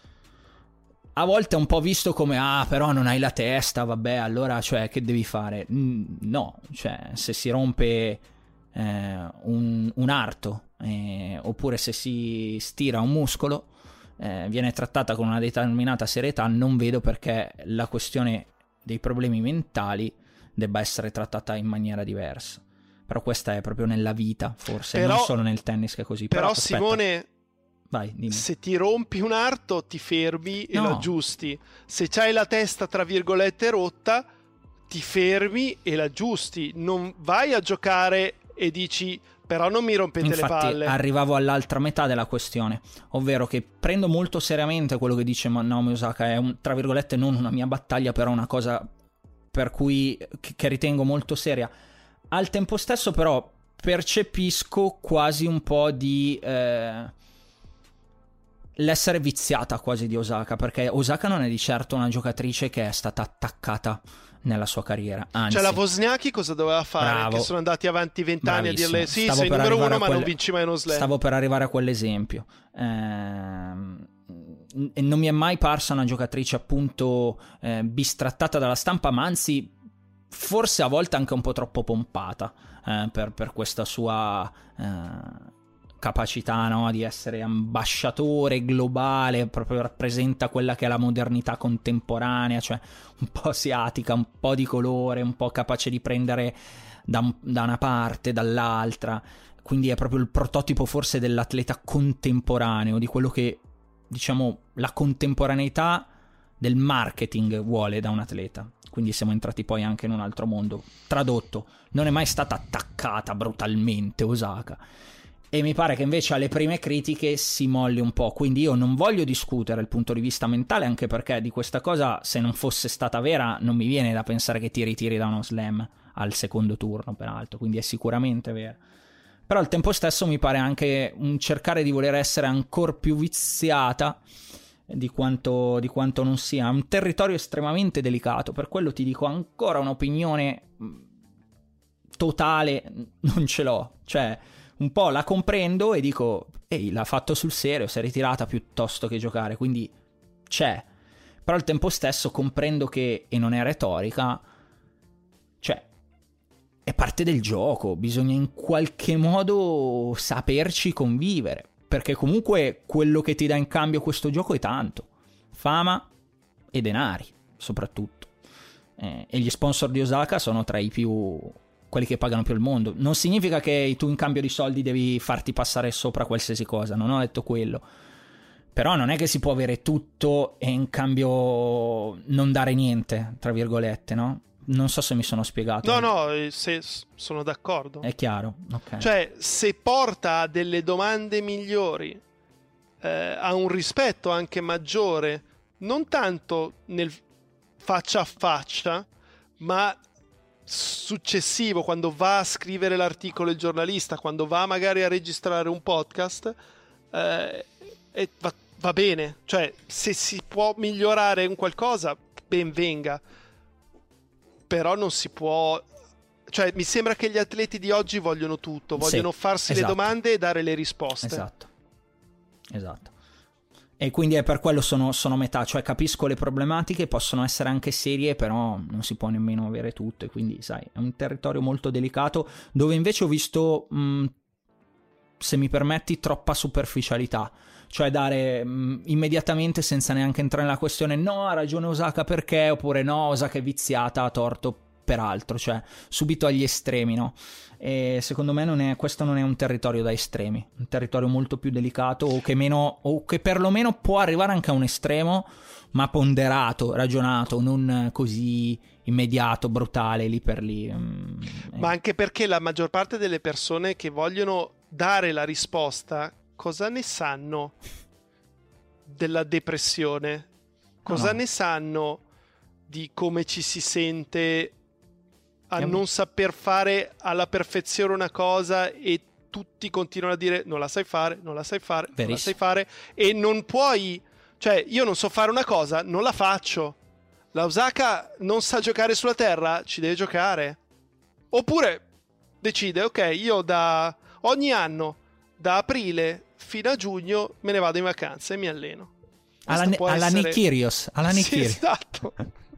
a volte è un po' visto come ah però non hai la testa, vabbè, allora cioè che devi fare? No, cioè se si rompe eh, un, un arto eh, oppure se si stira un muscolo, eh, viene trattata con una determinata serietà. Non vedo perché la questione dei problemi mentali debba essere trattata in maniera diversa. Però questa è proprio nella vita, forse, però, non solo nel tennis che è così. Però, però Simone, vai, dimmi. Se ti rompi un arto ti fermi e no. lo aggiusti. Se c'hai la testa tra virgolette rotta, ti fermi e la aggiusti. Non vai a giocare e dici però non mi rompete Infatti, le palle. Arrivavo all'altra metà della questione, ovvero che prendo molto seriamente quello che dice Naomi Osaka. È un, tra virgolette, non una mia battaglia, però una cosa per cui che, che ritengo molto seria. Al tempo stesso però percepisco quasi un po' di eh, l'essere viziata quasi di Osaka, perché Osaka non è di certo una giocatrice che è stata attaccata nella sua carriera, anzi. Cioè la Wozniacki cosa doveva fare? Bravo. Che sono andati avanti vent'anni a dirle sì, Stavo sei per numero uno ma quel... non vinci mai uno slam. Stavo per arrivare a quell'esempio. Ehm... E non mi è mai parsa una giocatrice appunto eh, bistrattata dalla stampa, ma anzi forse a volte anche un po' troppo pompata eh, per, per questa sua eh, capacità, no, di essere ambasciatore globale, proprio rappresenta quella che è la modernità contemporanea, cioè un po' asiatica, un po' di colore, un po' capace di prendere da, un, da una parte, dall'altra, quindi è proprio il prototipo forse dell'atleta contemporaneo, di quello che, diciamo, la contemporaneità del marketing vuole da un atleta. Quindi siamo entrati poi anche in un altro mondo. Tradotto, non è mai stata attaccata brutalmente Osaka, e mi pare che invece alle prime critiche si molli un po', quindi io non voglio discutere il punto di vista mentale, anche perché di questa cosa, se non fosse stata vera, non mi viene da pensare che ti ritiri da uno slam al secondo turno, peraltro, quindi è sicuramente vera. Però al tempo stesso mi pare anche un cercare di voler essere ancora più viziata di quanto, di quanto non sia. È un territorio estremamente delicato, per quello ti dico, ancora un'opinione totale non ce l'ho, cioè un po' la comprendo e dico ehi, l'ha fatto sul serio, si è ritirata piuttosto che giocare, quindi c'è. Però al tempo stesso comprendo che, e non è retorica, cioè è parte del gioco, bisogna in qualche modo saperci convivere, perché comunque quello che ti dà in cambio questo gioco è tanto: fama e denari soprattutto, eh, e gli sponsor di Osaka sono tra i più, quelli che pagano più al mondo. Non significa che tu in cambio di soldi devi farti passare sopra qualsiasi cosa, non ho detto quello, però non è che si può avere tutto e in cambio non dare niente, tra virgolette, no? Non so se mi sono spiegato. No, no, se, sono d'accordo. È chiaro, ok. Cioè, se porta a delle domande migliori, eh, a un rispetto anche maggiore, non tanto nel faccia a faccia, ma successivo, quando va a scrivere l'articolo il giornalista, quando va magari a registrare un podcast, eh, e va, va bene. Cioè, se si può migliorare un qualcosa, ben venga. Però non si può, cioè mi sembra che gli atleti di oggi vogliono tutto, vogliono sì, farsi esatto. le domande e dare le risposte. Esatto, esatto. E quindi è per quello sono, sono metà, cioè capisco le problematiche, possono essere anche serie, però non si può nemmeno avere tutto, e quindi sai, è un territorio molto delicato, dove invece ho visto, mh, se mi permetti, troppa superficialità. Cioè dare mh, immediatamente, senza neanche entrare nella questione, no, ha ragione Osaka perché, oppure no, Osaka è viziata, ha torto per altro, cioè subito agli estremi, no? E secondo me non è, questo non è un territorio da estremi, un territorio molto più delicato, o che meno, o che perlomeno può arrivare anche a un estremo, ma ponderato, ragionato, non così immediato, brutale, lì per lì. Mm, ma anche perché la maggior parte delle persone che vogliono dare la risposta, cosa ne sanno della depressione? Cosa no. ne sanno di come ci si sente a È non un... saper fare alla perfezione una cosa, e tutti continuano a dire non la sai fare, non la sai fare, Verissimo. non la sai fare, e non puoi, cioè io non so fare una cosa, non la faccio. La Osaka non sa giocare sulla terra, ci deve giocare. Oppure decide, ok, io da ogni anno, da aprile fino a giugno, me ne vado in vacanza e mi alleno. Alla, ne- alla essere... Nick Kyrgios, alla Nick sì, Kyrgios. Esatto.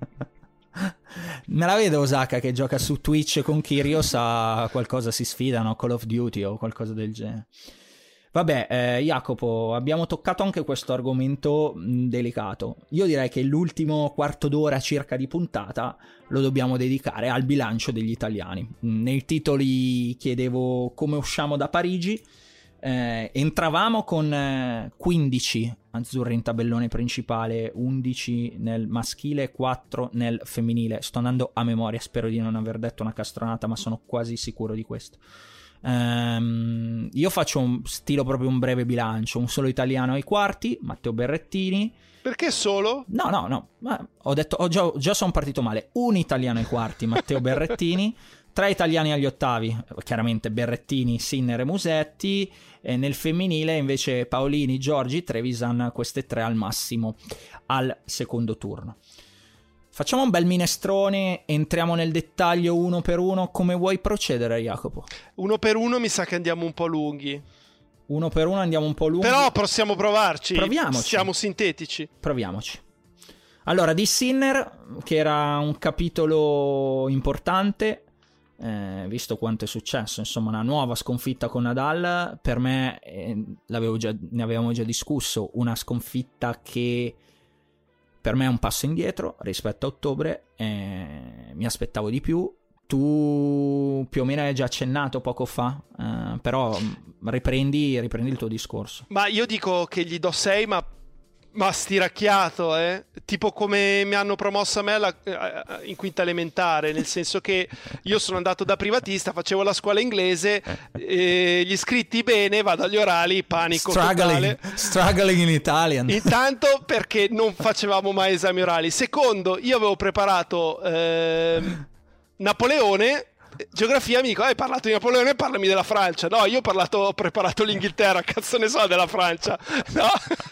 Me la vedo Osaka che gioca su Twitch con Kyrgios a qualcosa, si sfidano, Call of Duty o qualcosa del genere. Vabbè, eh, Jacopo, abbiamo toccato anche questo argomento mh, delicato. Io direi che l'ultimo quarto d'ora circa di puntata lo dobbiamo dedicare al bilancio degli italiani. Nei titoli chiedevo come usciamo da Parigi. Eh, entravamo con eh, quindici azzurri in tabellone principale, undici nel maschile e quattro nel femminile. Sto andando a memoria, spero di non aver detto una castronata, ma sono quasi sicuro di questo. Um, io faccio un stilo proprio un breve bilancio: un solo italiano ai quarti, Matteo Berrettini. Perché solo? No, no, no, ma ho detto, ho già, già sono partito male. Un italiano ai quarti, Matteo Berrettini. Tre italiani agli ottavi, chiaramente Berrettini, Sinner e Musetti. E nel femminile invece Paolini, Giorgi, Trevisan, queste tre al massimo al secondo turno. Facciamo un bel minestrone, entriamo nel dettaglio uno per uno. Come vuoi procedere, Jacopo? Uno per uno mi sa che andiamo un po' lunghi. Uno per uno andiamo un po' lunghi. Però possiamo provarci. Proviamoci. Siamo sintetici. Proviamoci. Allora, di Sinner, che era un capitolo importante, eh, visto quanto è successo, insomma una nuova sconfitta con Nadal, per me, eh, l'avevo già, ne avevamo già discusso, una sconfitta che per me è un passo indietro rispetto a ottobre, eh, mi aspettavo di più. Tu più o meno hai già accennato poco fa, eh, però riprendi, riprendi il tuo discorso. Ma io dico che gli do sei, ma, ma stiracchiato, eh? Tipo come mi hanno promosso a me alla, in quinta elementare, nel senso che io sono andato da privatista, facevo la scuola inglese, e gli iscritti bene, vado agli orali, panico struggling, totale. Struggling in Italian. Intanto perché non facevamo mai esami orali. Secondo, io avevo preparato... Ehm, Napoleone, geografia, mi dico hai parlato di Napoleone, parlami della Francia. No, io ho parlato, ho preparato l'Inghilterra, cazzo ne so della Francia, no?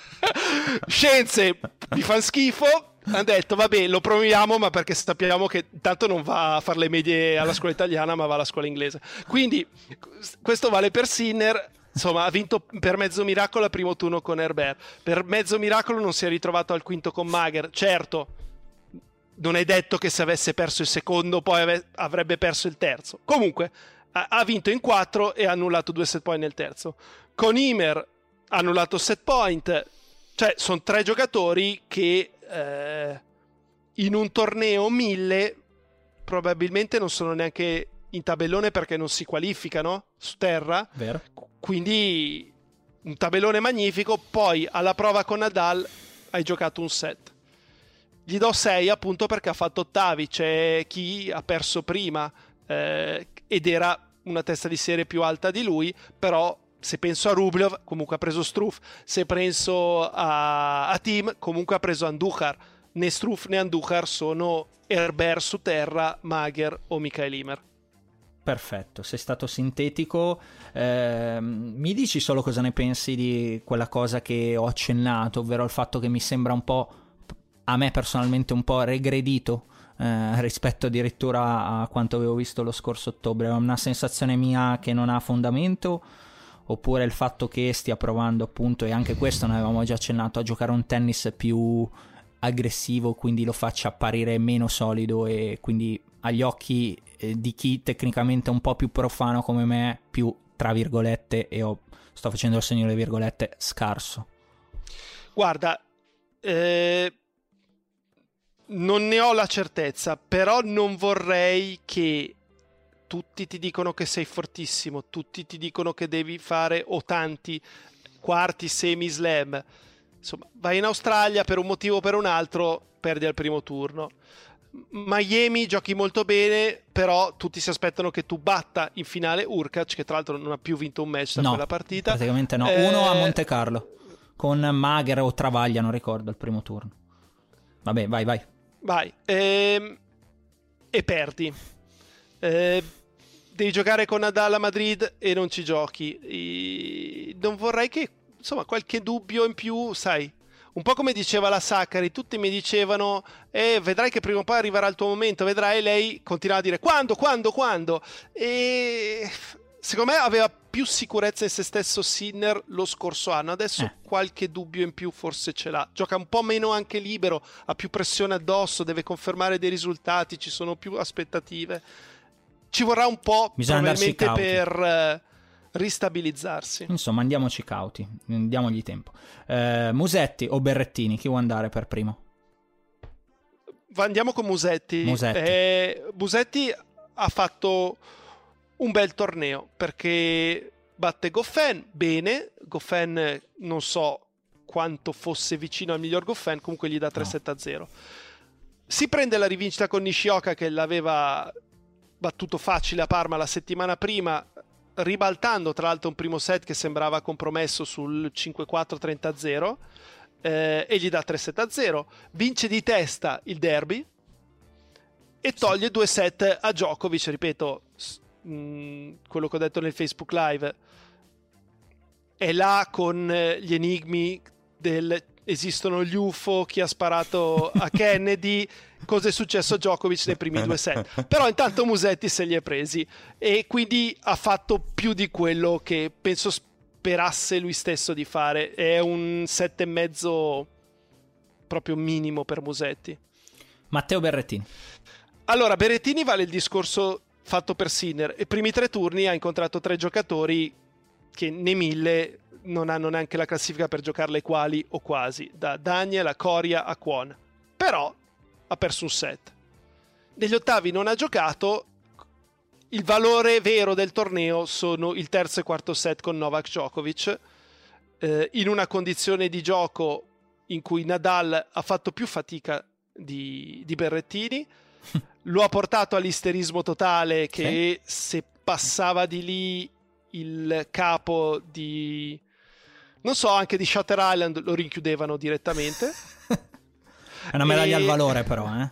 Scienze mi fanno schifo, hanno detto vabbè lo proviamo, ma perché sappiamo che tanto non va a fare le medie alla scuola italiana ma va alla scuola inglese. Quindi questo vale per Sinner. Insomma, ha vinto per mezzo miracolo al primo turno con Herbert, per mezzo miracolo non si è ritrovato al quinto con Mager. Certo, non è detto che se avesse perso il secondo poi ave- avrebbe perso il terzo. Comunque ha-, ha vinto in quattro e ha annullato due set point nel terzo. Con Ymer ha annullato set point. Cioè sono tre giocatori che eh, in un torneo mille probabilmente non sono neanche in tabellone perché non si qualificano su terra. Vero. Quindi un tabellone magnifico. Poi alla prova con Nadal hai giocato un set. Gli do sei appunto perché ha fatto ottavi. C'è chi ha perso prima eh, ed era una testa di serie più alta di lui, però se penso a Rublev comunque ha preso Struff, se penso a, a Thiem comunque ha preso Andujar. Né Struff né Andujar sono Herbert su terra, Mager o Michael Ymer. Perfetto, sei stato sintetico. Eh, mi dici solo cosa ne pensi di quella cosa che ho accennato, ovvero il fatto che mi sembra un po', a me personalmente un po' regredito eh, rispetto addirittura a quanto avevo visto lo scorso ottobre. È una sensazione mia che non ha fondamento, oppure il fatto che stia provando appunto, e anche questo ne avevamo già accennato, a giocare un tennis più aggressivo, quindi lo faccia apparire meno solido e quindi agli occhi eh, di chi tecnicamente è un po' più profano come me, più tra virgolette, e ho, sto facendo il segno delle virgolette, scarso. Guarda, eh, non ne ho la certezza, però non vorrei che tutti ti dicono che sei fortissimo, tutti ti dicono che devi fare o tanti quarti, semi, slam. Insomma, vai in Australia per un motivo o per un altro, perdi al primo turno. Miami giochi molto bene, però tutti si aspettano che tu batta in finale Urkac, che tra l'altro non ha più vinto un match da no, quella partita. Praticamente no, eh... uno a Monte Carlo con Mager o Travaglia, non ricordo, al primo turno. Vabbè, vai, vai. Vai. Ehm... E perdi. Eh... Devi giocare con Nadal a Madrid e non ci giochi. E... Non vorrei che, insomma, qualche dubbio in più, sai, un po' come diceva la Saccari, tutti mi dicevano eh, vedrai che prima o poi arriverà il tuo momento, vedrai, e lei continuava a dire quando, quando, quando, e secondo me aveva più sicurezza in se stesso Sinner lo scorso anno, adesso eh. qualche dubbio in più forse ce l'ha, gioca un po' meno anche libero, ha più pressione addosso, deve confermare dei risultati, ci sono più aspettative, ci vorrà un po' Bisogna probabilmente per eh, ristabilizzarsi. Insomma, andiamoci cauti, diamogli tempo. eh, Musetti o Berrettini, chi vuole andare per primo? Andiamo con Musetti. Musetti. Eh, Musetti ha fatto un bel torneo perché batte Goffin bene. Goffin non so quanto fosse vicino al miglior Goffin, comunque gli dà tre sette a zero. Si prende la rivincita con Nishioka che l'aveva battuto facile a Parma la settimana prima, ribaltando tra l'altro un primo set che sembrava compromesso sul cinque quattro trenta a zero, eh, e gli dà tre sette a zero, vince di testa il derby e toglie due set a Djokovic. Ripeto, mh, quello che ho detto nel Facebook Live è là con gli enigmi del esistono gli U F O, chi ha sparato a Kennedy, cosa è successo a Djokovic nei primi due set. Però intanto Musetti se li è presi e quindi ha fatto più di quello che penso sperasse lui stesso di fare. È un sette e mezzo proprio minimo per Musetti. Matteo Berrettini. Allora, Berrettini vale il discorso fatto per Sinner. I primi tre turni ha incontrato tre giocatori che nei mille non hanno neanche la classifica per giocarle quali o quasi, da Daniel a Coria a Kwon, però ha perso un set. Negli ottavi non ha giocato. Il valore vero del torneo sono il terzo e quarto set con Novak Djokovic, eh, in una condizione di gioco in cui Nadal ha fatto più fatica di, di Berrettini, lo ha portato all'isterismo totale che sì. Se passava di lì il capo di, non so, anche di Shutter Island lo rinchiudevano direttamente. È una medaglia e... al valore però, eh?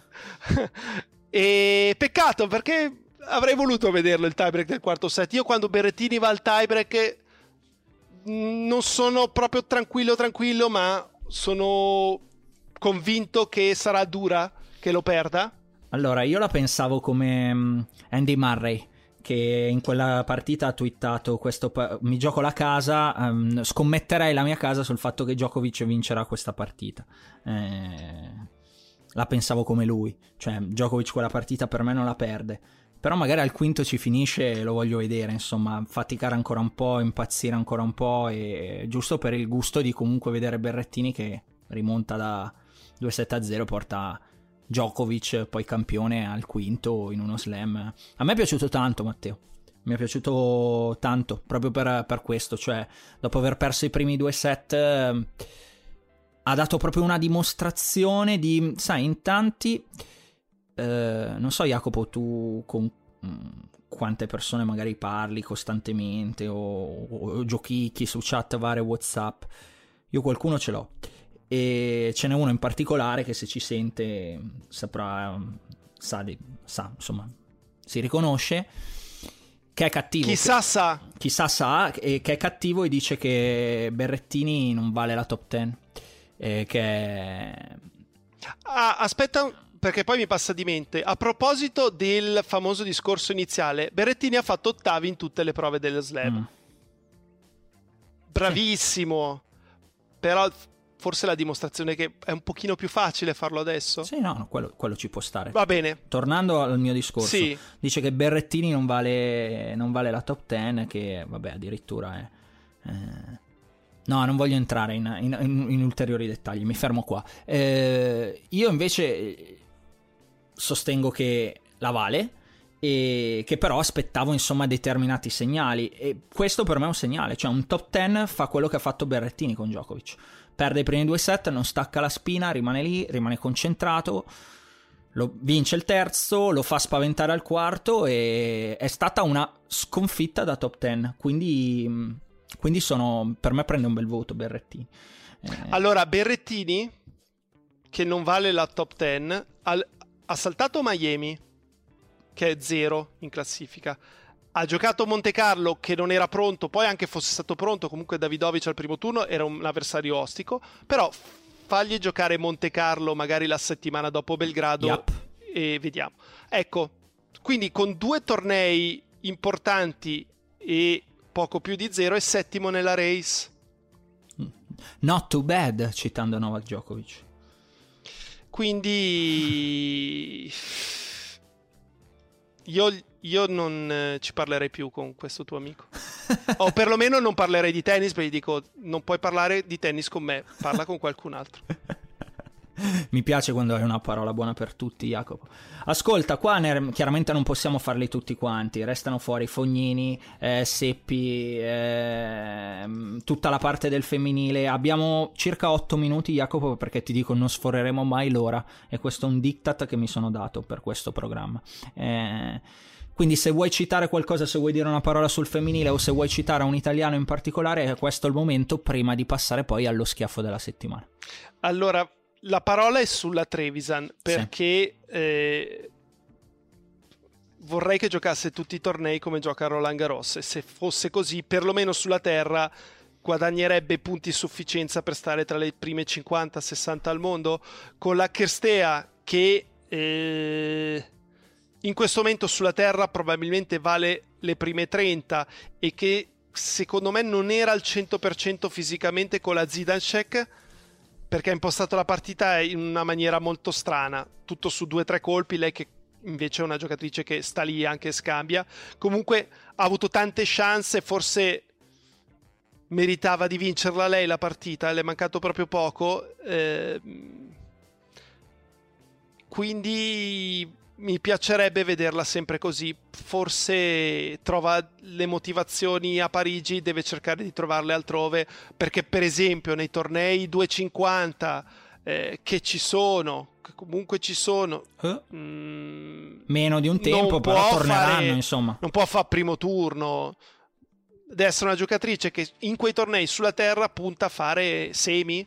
E peccato, perché avrei voluto vederlo il tiebreak del quarto set. Io quando Berrettini va al tiebreak non sono proprio tranquillo tranquillo, ma sono convinto che sarà dura che lo perda. Allora, io la pensavo come Andy Murray, che in quella partita ha twittato questo: mi gioco la casa, um, scommetterei la mia casa sul fatto che Djokovic vincerà questa partita. Eh, la pensavo come lui, cioè Djokovic quella partita per me non la perde, però magari al quinto ci finisce e lo voglio vedere, insomma, faticare ancora un po', impazzire ancora un po', e giusto per il gusto di comunque vedere Berrettini che rimonta da due sette a zero, porta Djokovic poi campione al quinto in uno slam. A me è piaciuto tanto, Matteo, mi è piaciuto tanto proprio per, per questo, cioè dopo aver perso i primi due set eh, ha dato proprio una dimostrazione di, sai, in tanti eh, non so Jacopo, tu con mh, quante persone magari parli costantemente o, o giochicchi su chat varie WhatsApp. Io qualcuno ce l'ho, e ce n'è uno in particolare che se ci sente saprà, sa, di, sa insomma, si riconosce, che è cattivo. Chissà che, sa. Chissà sa, e che è cattivo e dice che Berrettini non vale la top dieci. Eh, che è... Ah, aspetta, perché poi mi passa di mente. A proposito del famoso discorso iniziale, Berrettini ha fatto ottavi in tutte le prove dello slam. Mm. Bravissimo. Sì. Però forse la dimostrazione che è un pochino più facile farlo adesso. Sì, no, no quello, quello ci può stare. Va bene. Tornando al mio discorso, sì. Dice che Berrettini non vale, non vale la top dieci, che vabbè addirittura è... Eh... No, non voglio entrare in, in, in, in ulteriori dettagli, mi fermo qua. Eh, io invece sostengo che la vale, e che però aspettavo insomma determinati segnali, e questo per me è un segnale, cioè un top dieci fa quello che ha fatto Berrettini con Djokovic. Perde i primi due set, non stacca la spina, rimane lì, rimane concentrato, lo vince il terzo, lo fa spaventare al quarto, e è stata una sconfitta da top dieci, quindi... Quindi sono, per me prende un bel voto Berrettini. Eh... Allora, Berrettini, che non vale la top dieci, ha, ha saltato Miami, che è zero in classifica. Ha giocato Monte Carlo, che non era pronto, poi anche fosse stato pronto, comunque Davidovic al primo turno era un avversario ostico, però fagli giocare Monte Carlo magari la settimana dopo Belgrado, yep. E vediamo. Ecco, quindi con due tornei importanti e poco più di zero, è settimo nella race. Not too bad, citando Novak Djokovic. Quindi io, io non eh, ci parlerei più con questo tuo amico. O perlomeno non parlerei di tennis, perché gli dico non puoi parlare di tennis con me, parla con qualcun altro. Mi piace quando hai una parola buona per tutti, Jacopo. Ascolta, qua ne, chiaramente non possiamo farli tutti quanti, restano fuori Fognini, eh, Seppi, eh, tutta la parte del femminile. Abbiamo circa otto minuti, Jacopo, perché ti dico non sforeremo mai l'ora, e questo è un diktat che mi sono dato per questo programma. Eh, quindi se vuoi citare qualcosa, se vuoi dire una parola sul femminile, o se vuoi citare un italiano in particolare, questo è il momento, prima di passare poi allo schiaffo della settimana. Allora, la parola è sulla Trevisan, perché sì. eh, vorrei che giocasse tutti i tornei come gioca Roland Garros, e se fosse così, perlomeno sulla terra guadagnerebbe punti a sufficienza per stare tra le prime cinquanta sessanta al mondo. Con la Kirstea, che eh, in questo momento sulla terra probabilmente vale le prime trenta, e che secondo me non era al cento per cento fisicamente con la Zidansek, perché ha impostato la partita in una maniera molto strana, tutto su due o tre colpi, lei che invece è una giocatrice che sta lì anche scambia. Comunque ha avuto tante chance, forse meritava di vincerla lei la partita, le è mancato proprio poco, eh, quindi mi piacerebbe vederla sempre così. Forse trova le motivazioni a Parigi, deve cercare di trovarle altrove, perché per esempio nei tornei duecentocinquanta eh, che ci sono, che comunque ci sono, eh? mh, meno di un tempo, però torneranno, fare, insomma. Non può fare primo turno. Deve essere una giocatrice che in quei tornei sulla terra punta a fare semi.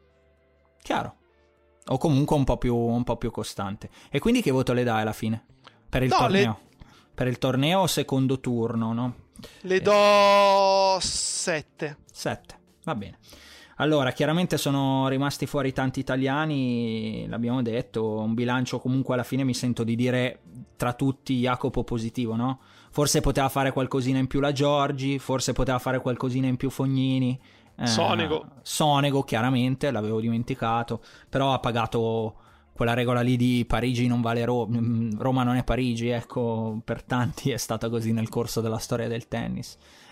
Chiaro. O comunque un po' più, un po' più costante. E quindi che voto le dai alla fine? Per il no, torneo? Le... Per il torneo secondo turno, no? Le eh. do sette. sette, va bene. Allora, chiaramente sono rimasti fuori tanti italiani, l'abbiamo detto, un bilancio comunque alla fine mi sento di dire tra tutti Jacopo positivo, no? Forse poteva fare qualcosina in più la Giorgi, forse poteva fare qualcosina in più Fognini. Eh, Sonego Sonego chiaramente, l'avevo dimenticato, però ha pagato quella regola lì di Parigi non vale Roma, Roma non è Parigi, ecco, per tanti è stata così nel corso della storia del tennis.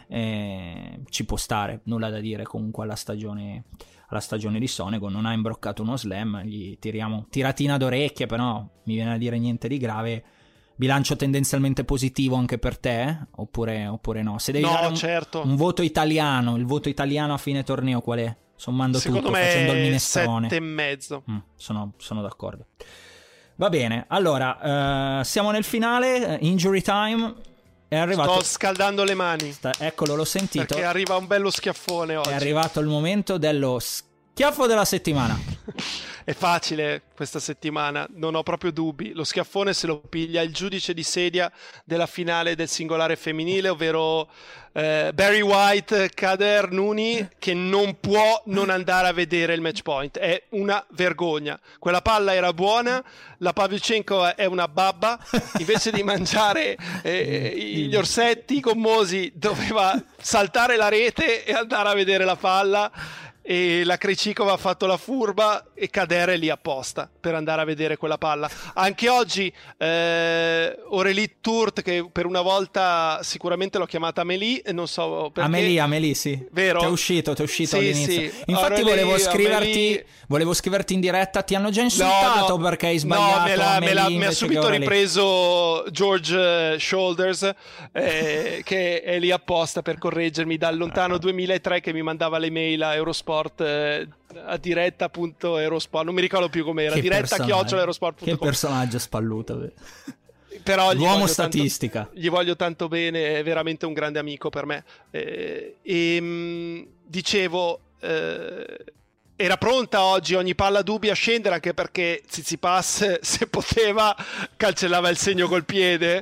Eh, ci può stare, nulla da dire comunque alla stagione, alla stagione di Sonego, non ha imbroccato uno slam, gli tiriamo tiratina d'orecchie, però mi viene a dire niente di grave. Bilancio tendenzialmente positivo anche per te, oppure, oppure no? Se devi no, dare un, certo. un voto italiano, il voto italiano a fine torneo qual è? Sommando Secondo tutto, me facendo il minestrone. sette e mezzo. Mm, sono, sono d'accordo. Va bene, allora, uh, siamo nel finale, injury time. È arrivato... Sto scaldando le mani. Sta... Eccolo, l'ho sentito. Perché arriva un bello schiaffone oggi. È arrivato il momento dello schiaffo della settimana. È facile questa settimana, non ho proprio dubbi. Lo schiaffone se lo piglia il giudice di sedia della finale del singolare femminile, ovvero eh, Barry White Kader Nuni, che non può non andare a vedere il match point. È una vergogna. Quella palla era buona, la Pavlyuchenko è una babba, invece di mangiare eh, gli orsetti gommosi doveva saltare la rete e andare a vedere la palla. E la Krejcikova ha fatto la furba e Kader è lì apposta per andare a vedere quella palla. Anche oggi eh, Aurélie Tourt, che per una volta sicuramente l'ho chiamata Amélie e non so perché. Amélie, Amélie, sì. Vero? Ti è uscito, ti è uscito sì, all'inizio. Sì. Infatti Aurélie, volevo scriverti Amélie... volevo scriverti in diretta, ti hanno già insultato no, no, perché hai sbagliato. No, me, la, me, la, me ha subito che ripreso George Shoulders eh, che è lì apposta per correggermi dal lontano duemilatré, che mi mandava le mail a Eurosport eh, a diretta punto eurosport, non mi ricordo più com'era, che diretta chiocciola eurosport punto com. Che personaggio spalluto. Però l'uomo statistica tanto, gli voglio tanto bene, è veramente un grande amico per me. Eh, e mh, dicevo eh, era pronta oggi ogni palla dubbia a scendere, anche perché Tsitsipas, se poteva, cancellava il segno col piede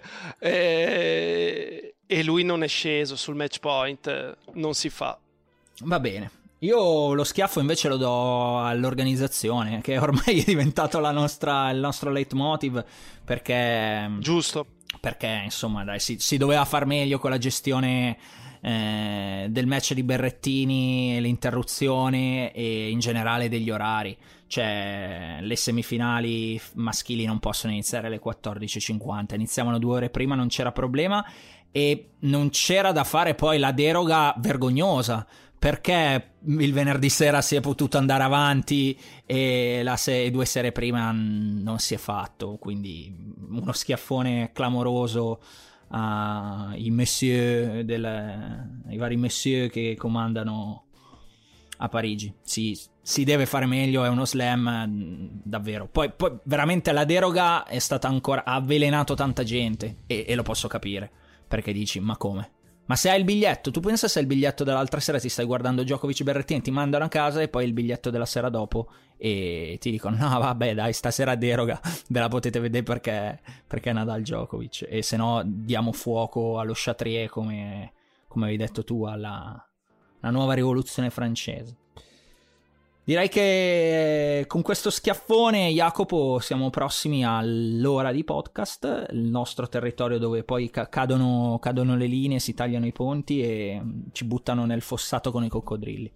eh, e lui non è sceso sul match point, non si fa. Va bene. Io lo schiaffo invece lo do all'organizzazione, che ormai è diventato la nostra, il nostro leitmotiv, perché... Giusto. Perché, insomma, dai, si, si doveva far meglio con la gestione eh, del match di Berrettini, l'interruzione e in generale degli orari. Cioè, le semifinali maschili non possono iniziare alle quattordici e cinquanta, iniziavano due ore prima, non c'era problema, e non c'era da fare poi la deroga vergognosa, perché il venerdì sera si è potuto andare avanti e la se- due sere prima non si è fatto, quindi uno schiaffone clamoroso ai monsieur del, ai vari monsieur che comandano a Parigi. Si, si deve fare meglio, è uno slam davvero. Poi, poi veramente la deroga è stata ancora, ha avvelenato tanta gente e, e lo posso capire, perché dici ma come? Ma se hai il biglietto, tu pensa se il biglietto dell'altra sera ti stai guardando Djokovic Berrettini, ti mandano a casa e poi il biglietto della sera dopo e ti dicono no vabbè dai, stasera deroga ve la potete vedere perché, perché è Nadal Djokovic, e se no diamo fuoco allo Chatrier, come, come avevi detto tu, alla la nuova rivoluzione francese. Direi che con questo schiaffone, Jacopo, siamo prossimi all'ora di podcast, il nostro territorio dove poi cadono, cadono le linee, si tagliano i ponti e ci buttano nel fossato con i coccodrilli.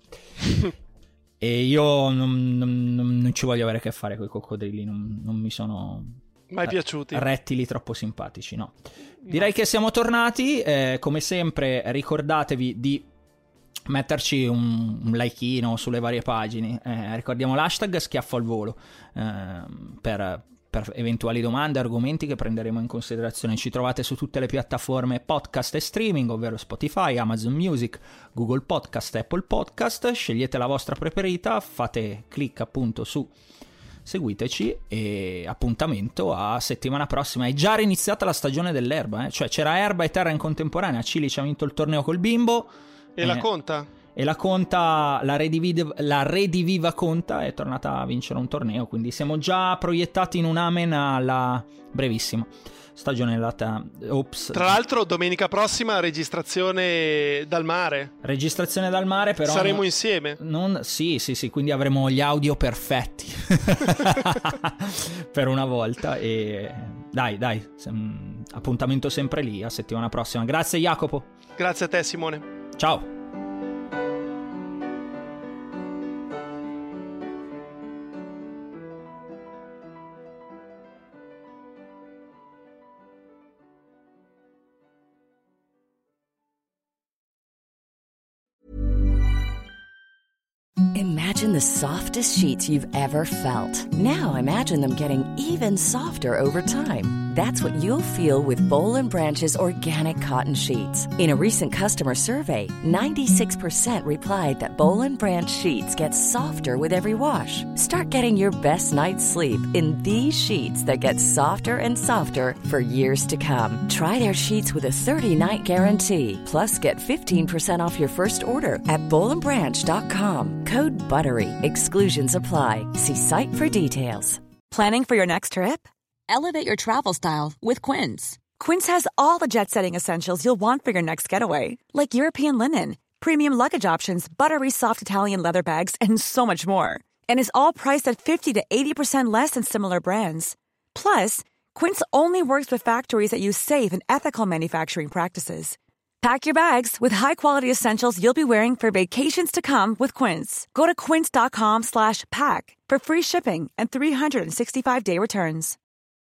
E io non, non, non ci voglio avere a che fare con i coccodrilli, non, non mi sono... Mai piaciuti. Rettili troppo simpatici, no. Direi no. che siamo tornati, eh, come sempre ricordatevi di metterci un, un likeino sulle varie pagine, eh, ricordiamo l'hashtag schiaffo al volo eh, per, per eventuali domande, argomenti che prenderemo in considerazione. Ci trovate su tutte le piattaforme podcast e streaming, ovvero Spotify, Amazon Music, Google Podcast, Apple Podcast. Scegliete la vostra preferita, fate clic appunto su seguiteci e appuntamento a settimana prossima. È già iniziata la stagione dell'erba, eh? Cioè c'era erba e terra in contemporanea. Cilic ha vinto il torneo col Bimbo e eh, la Conta e la Conta, la Rediviva, la Rediviva Conta è tornata a vincere un torneo, quindi siamo già proiettati in un amen alla brevissima stagione data. Ops. Tra l'altro domenica prossima registrazione dal mare. Registrazione dal mare, però saremo non, insieme. Non, sì, sì, sì, quindi avremo gli audio perfetti per una volta. E dai, dai, sem- appuntamento sempre lì a settimana prossima. Grazie Jacopo. Grazie a te Simone. Ciao. Imagine the softest sheets you've ever felt. Now imagine them getting even softer over time. That's what you'll feel with Boll and Branch's organic cotton sheets. In a recent customer survey, ninety-six percent replied that Boll and Branch sheets get softer with every wash. Start getting your best night's sleep in these sheets that get softer and softer for years to come. Try their sheets with a thirty-night guarantee. Plus, get fifteen percent off your first order at boll and branch dot com. Code BUTTERY. Exclusions apply. See site for details. Planning for your next trip? Elevate your travel style with Quince. Quince has all the jet-setting essentials you'll want for your next getaway, like European linen, premium luggage options, buttery soft Italian leather bags, and so much more. And is all priced at fifty to eighty percent less than similar brands. Plus, Quince only works with factories that use safe and ethical manufacturing practices. Pack your bags with high-quality essentials you'll be wearing for vacations to come with Quince. Go to quince dot com slash pack for free shipping and three sixty-five day returns.